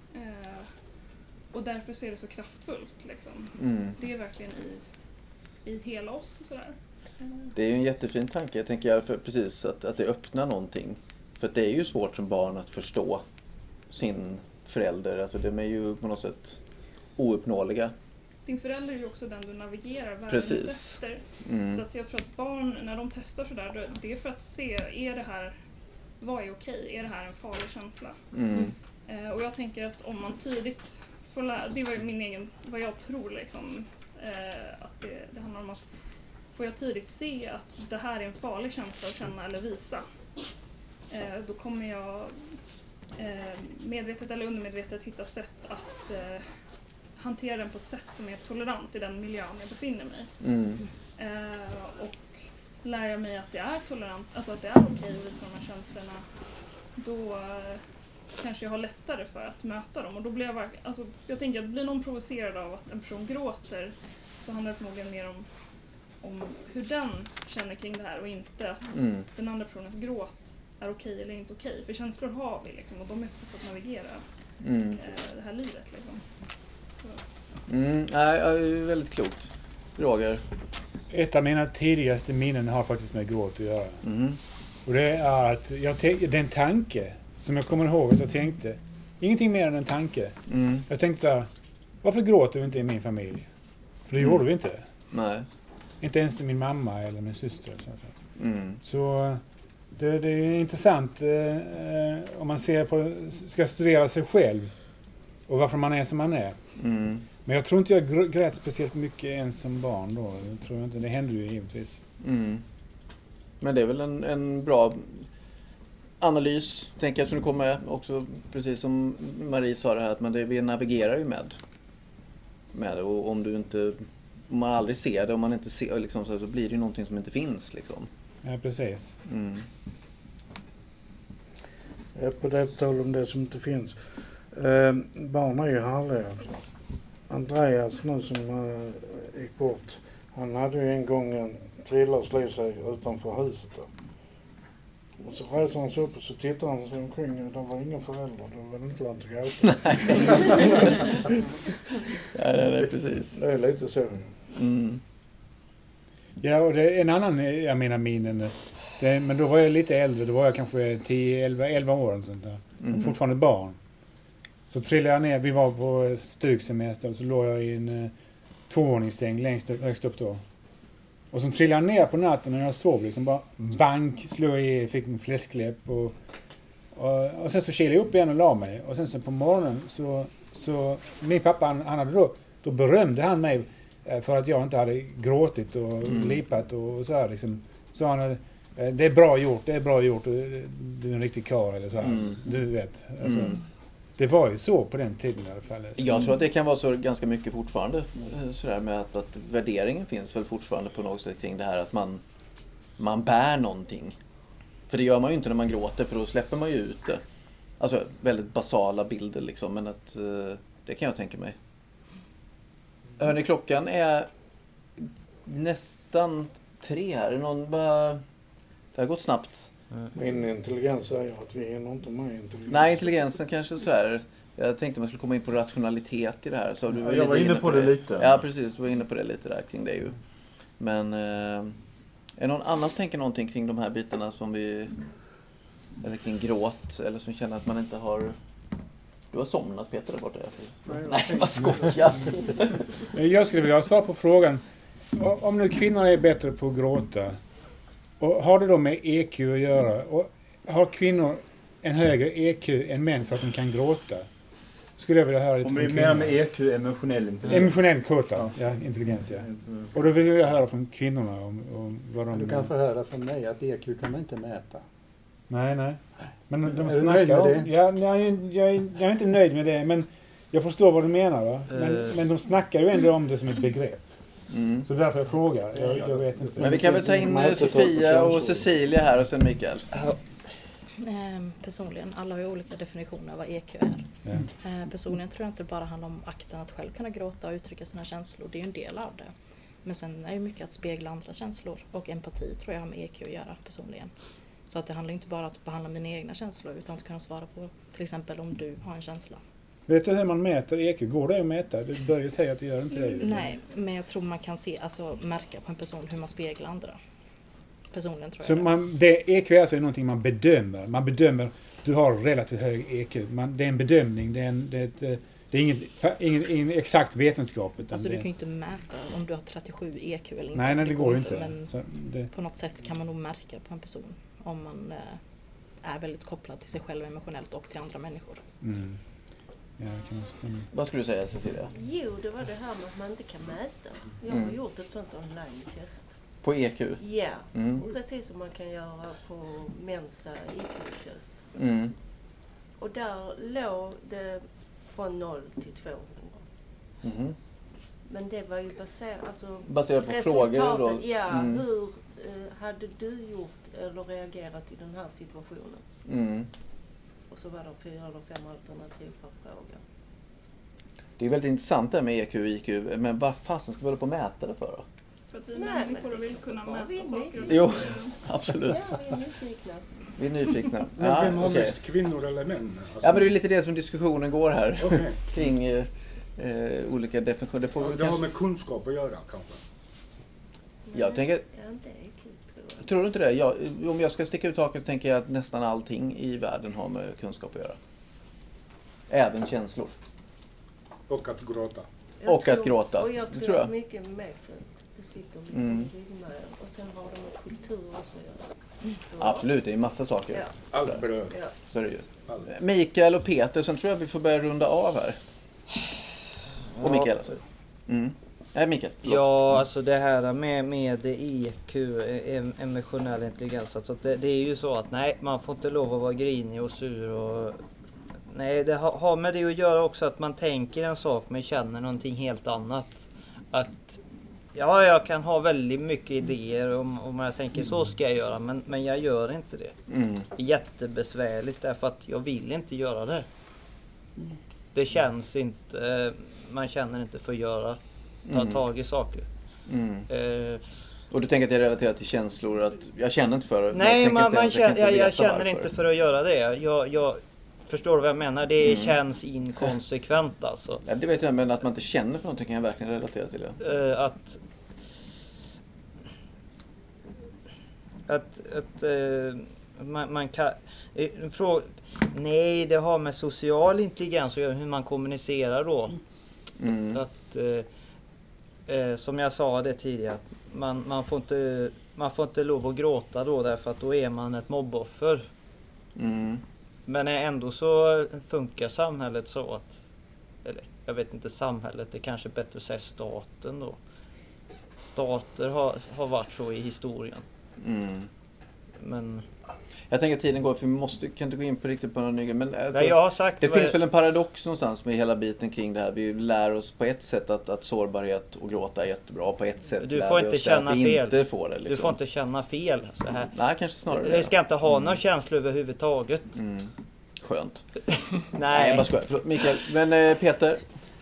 Och därför så är det så kraftfullt. Liksom. Det är verkligen i hela oss. Sådär. Det är ju en jättefin tanke. Jag tänker för precis att det öppnar någonting. För att det är ju svårt som barn att förstå sin förälder. Alltså de är ju på något sätt ouppnåeliga. Din förälder är ju också den du navigerar världen efter. Så att jag tror att barn, när de testar sådär, det är för att se, är det här, vad är okej? Är det här en farlig känsla? Och jag tänker att om man tidigt får lära, det var ju min egen, vad jag tror liksom, att det handlar om att får jag tidigt se att det här är en farlig känsla att känna eller visa, då kommer jag medvetet eller undermedvetet hitta sätt att hantera den på ett sätt som är tolerant i den miljön jag befinner mig. Och lär jag mig att det är tolerant, alltså att det är okej att visa de här känslorna, då kanske jag har lättare för att möta dem. Och då blir jag tänker att blir någon provocerad av att en person gråter, så handlar det förmodligen mer om hur den känner kring det här och inte att den andra personens gråt är okej eller inte okej. För känslor har vi liksom, och de är ett sätt att navigera det här livet. Liksom. Väldigt klokt. Roger? Ett av mina tidigaste minnen har faktiskt med gråt att göra. Och det är att det är en tanke som jag kommer ihåg att jag tänkte. Ingenting mer än en tanke. Jag tänkte så här, varför gråter vi inte i min familj? För det gjorde vi inte. Nej. Inte ens min mamma eller min syster. Så det är intressant om man ska studera sig själv och varför man är som man är. Men jag tror inte jag grät speciellt mycket än som barn då. Jag tror inte, det hände ju givetvis. Men det är väl en bra analys, tänker jag, som du kommer med också, precis som Marie sa det här, att vi navigerar ju med det, och om man aldrig ser det, om man inte ser liksom, så blir det ju någonting som inte finns liksom. Ja, precis. På det tal om det som inte finns. Barn är ju härliga. Andreas nu som gick bort, han hade ju en gång trillat och slog sig utanför huset då. Och så reser han sig upp och så tittar han sig omkring och det var ingen förälder, det var inte lant att gråta. Ja, det är precis. Det är lite så. Ja, och det är en annan, jag menar men då var jag lite äldre, då var jag kanske 10-11 år och sånt där. Fortfarande barn. Så trillade jag ner, vi var på stugsemester och så låg jag i en 2-våningssäng högst upp då. Och så trillade jag ner på natten när jag sov liksom, bara bank, slog i, fick en fläskläpp och sen så kilade jag upp igen och la mig. Och sen så på morgonen så min pappa han hade då berömde han mig för att jag inte hade gråtit och lipat och så här liksom. Så han det är bra gjort, du är en riktig karl eller så här. Du vet. Alltså, det var ju så på den tiden i alla fall. Jag tror att det kan vara så ganska mycket fortfarande, sådär med att värderingen finns väl fortfarande på något sätt kring det här att man bär någonting. För det gör man ju inte när man gråter, för då släpper man ju ut det. Alltså väldigt basala bilder liksom, men att det kan jag tänka mig. Hörni, klockan är nästan 3 här. Det har gått snabbt. Min intelligens säger att vi hinner inte med intelligens. Nej, intelligensen kanske så här. Jag tänkte man skulle komma in på rationalitet i det här. Så du jag var inne på det lite. Ja, precis. Du var inne på det lite där kring det ju. Men är någon annan tänker någonting kring de här bitarna som eller kring gråt, eller som känner att man inte har... Du har somnat, Peter, där borta. Nej, vad skojar. Jag skulle vilja ha svar på frågan. Om nu kvinnor är bättre på att gråta, och har det då med EQ att göra? Och har kvinnor en högre EQ än män för att de kan gråta? Skulle jag vilja höra lite om från vi kvinnor. menar med EQ, emotionell intelligens. Emotionell kåta, ja, intelligens, ja. Och då vill jag höra från kvinnorna om vad de... Du kan få höra från mig att EQ kan man inte mäta. Nej. Men de är du nöjd med det? Jag är inte nöjd med det, men jag förstår vad du menar, va? Men de snackar ju ändå om det som ett begrepp. Så därför jag frågar. Jag vet inte. Men vi kan väl ta in Sofia och Cecilia här och sen Mikael. Personligen, alla har ju olika definitioner av vad EQ är. Personligen tror jag inte bara handlar om akten att själv kunna gråta och uttrycka sina känslor. Det är ju en del av det. Men sen är ju mycket att spegla andra känslor. Och empati tror jag har med EQ att göra personligen. Så att det handlar inte bara om att behandla mina egna känslor utan att kunna svara på till exempel om du har en känsla. Vet du hur man mäter EQ? Går det att mäta? Du börjar ju säga att du gör inte det. Nej, men jag tror man kan märka på en person hur man speglar andra. Personligen tror så jag. Det EQ är alltså någonting man bedömer. Man bedömer, du har relativt hög EQ. Det är en bedömning, det är ingen exakt vetenskap. Utan alltså du kan ju inte mäta om du har 37 EQ eller inte. Nej, det går ju inte. Men på något sätt kan man nog märka på en person om man är väldigt kopplad till sig själv emotionellt och till andra människor. Ja, vad skulle du säga, Cecilia? Jo, det var det här med att man inte kan mäta. Jag har gjort ett sånt online-test. På EQ? Ja, precis som man kan göra på Mensa IQ-test. Och där låg det från 0 till 200. Men det var ju baserat på frågor då? Ja, hur hade du gjort eller reagerat i den här situationen? Och så var det 4 eller 5 alternativ per fråga. Det är väldigt intressant det med EQ och IQ, men vad fasen ska vi hålla på och mäta det för då? För att vi människor vill kunna mäta saker. Jo, absolut. Ja, vi är nyfikna. Vi är nyfikna. Men vem har mest, kvinnor eller män? Alltså. Ja, men det är lite det som diskussionen går här. Kring olika definitioner. Det har med kunskap att göra kanske? Jag tänker... Tror du inte det? Om jag ska sticka ut taket tänker jag att nästan allting i världen har med kunskap att göra. Även känslor. Och att gråta. Och jag tror att mycket medfött. Det sitter liksom i med. Och sen har de med kultur också att göra. Absolut, det är en massa saker. Ja. Allt berör. Ja. Så är det ju. Mikael och Peter, sen tror jag vi får börja runda av här. Och Mikael alltså. Mikael. Ja, alltså det här med EQ, emotionell intelligens. Alltså det är ju så att nej, man får inte lov att vara grinig och sur. Och, nej, det har med det att göra också att man tänker en sak men känner någonting helt annat. Att ja, jag kan ha väldigt mycket idéer om jag tänker så ska jag göra, men jag gör inte det. Det är jättebesvärligt därför att jag vill inte göra det. Det känns inte, man känner inte för att göra, ta tag i saker. Och du tänker att jag relaterar till känslor, att jag känner inte för det? Nej, jag känner inte för att göra det. Jag förstår vad jag menar, det känns inkonsekvent alltså. Ja, det vet jag, men att man inte känner för någonting kan jag verkligen relatera till det. Man kan... Nej, det har med social intelligens och hur man kommunicerar då. Som jag sa det tidigare, man får inte lov att gråta då därför att då är man ett mobboffer. Men ändå så funkar samhället så att, eller jag vet inte samhället, det är kanske bättre att säga staten då. Stater har varit så i historien. Men jag tänker att tiden går, för vi kan inte gå in på riktigt på någon ny. Men jag har sagt det finns väl en paradox någonstans med hela biten kring det här. Vi lär oss på ett sätt att sårbarhet och gråta är jättebra. På ett sätt du får inte känna fel. Inte får det, liksom. Du får inte känna fel. Så här. Nej, kanske snarare det. Du ska inte ha någon känsla överhuvudtaget. Skönt. Nej, jag bara skojar. Förlåt, Mikael. Men Peter?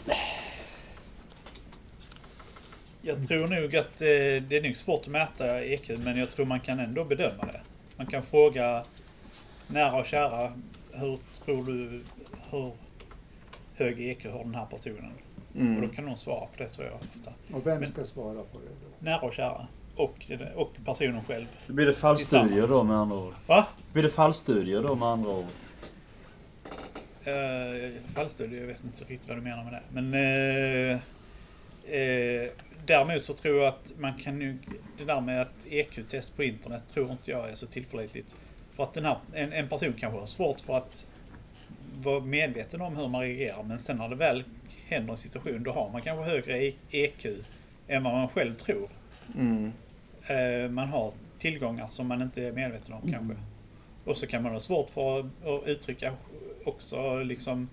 Jag tror nog att det är nog svårt att mäta EQ, men jag tror man kan ändå bedöma det. Man kan fråga nära och kära, hur tror du, hur hög EQ har den här personen? Och då kan någon svara på det, tror jag ofta. Och vem ska svara på det då? Nära och kära. Och personen själv. Det blir det fallstudier då med andra ord? Va? Blir det fallstudier då med andra ord? Fallstudier, jag vet inte riktigt vad du menar med det. Men däremot så tror jag att man kan ju, det där med att EQ-test på internet tror inte jag är så tillförlitligt. För att en person kanske har svårt för att vara medveten om hur man reagerar, men sen när det väl händer en situation, då har man kanske högre EQ än vad man själv tror. Man har tillgångar som man inte är medveten om kanske. Och så kan man ha svårt för att uttrycka också liksom,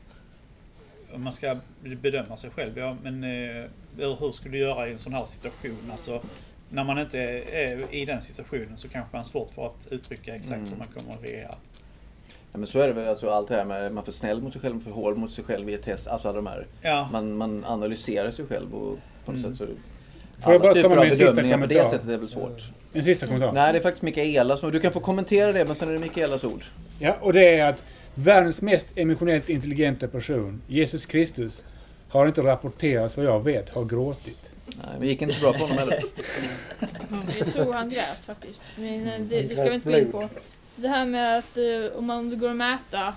om man ska bedöma sig själv. Ja, men hur skulle du göra i en sån här situation? Alltså, när man inte är i den situationen så kanske man har svårt för att uttrycka exakt hur man kommer att reagera. Ja, men så är det väl, alltså, allt det här med man för snäll mot sig själv, för hård mot sig själv i ett test, alltså alla de här. Ja. Man analyserar sig själv och på något sätt så får jag bara komma med en sista kommentar? På det sättet är väl svårt. En sista kommentar? Nej, det är faktiskt Mikaela som... Du kan få kommentera det, men sen är det Mikaelas ord. Ja, och det är att världens mest emotionellt intelligenta person, Jesus Kristus, har inte rapporterats vad jag vet, har gråtit. Nej, men gick inte så bra på honom heller. Jag tror han grät faktiskt. Men det ska vi inte gå in på. Det här med att om man går att mäta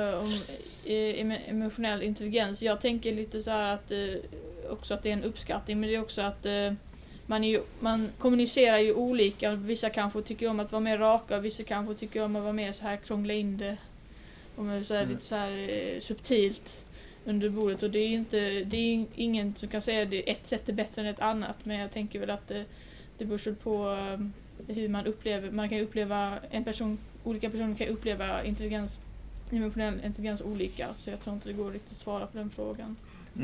emotionell intelligens. Jag tänker lite så här att också att det är en uppskattning, men det är också att man kommunicerar ju olika. Vissa kanske tycker om att vara mer raka, vissa kanske tycker om att vara mer så här krångla in det. Och så här, lite så här subtilt under bordet. Och det är ingen som kan säga att ett sätt är bättre än ett annat. Men jag tänker väl att det beror på hur man upplever. Man kan ju uppleva olika personer kan uppleva emotionell intelligens olika. Så jag tror inte det går riktigt att svara på den frågan.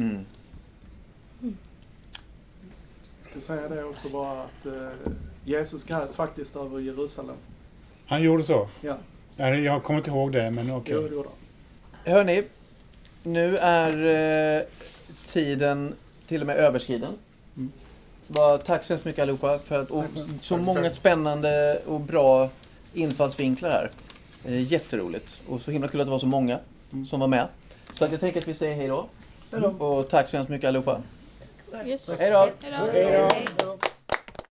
Jag ska säga det också bara att Jesus grät faktiskt över Jerusalem. Han gjorde så? Ja. Jag kommer inte ihåg det, men okej. Jo, Hörrni, nu är tiden till och med överskriden. Tack så mycket allihopa för att så många spännande och bra infallsvinklar här. Jätteroligt. Och så himla kul att det var så många som var med. Så att jag tänker att vi säger hej då. Och tack så mycket allihopa. Yes. Hej då. Hej då.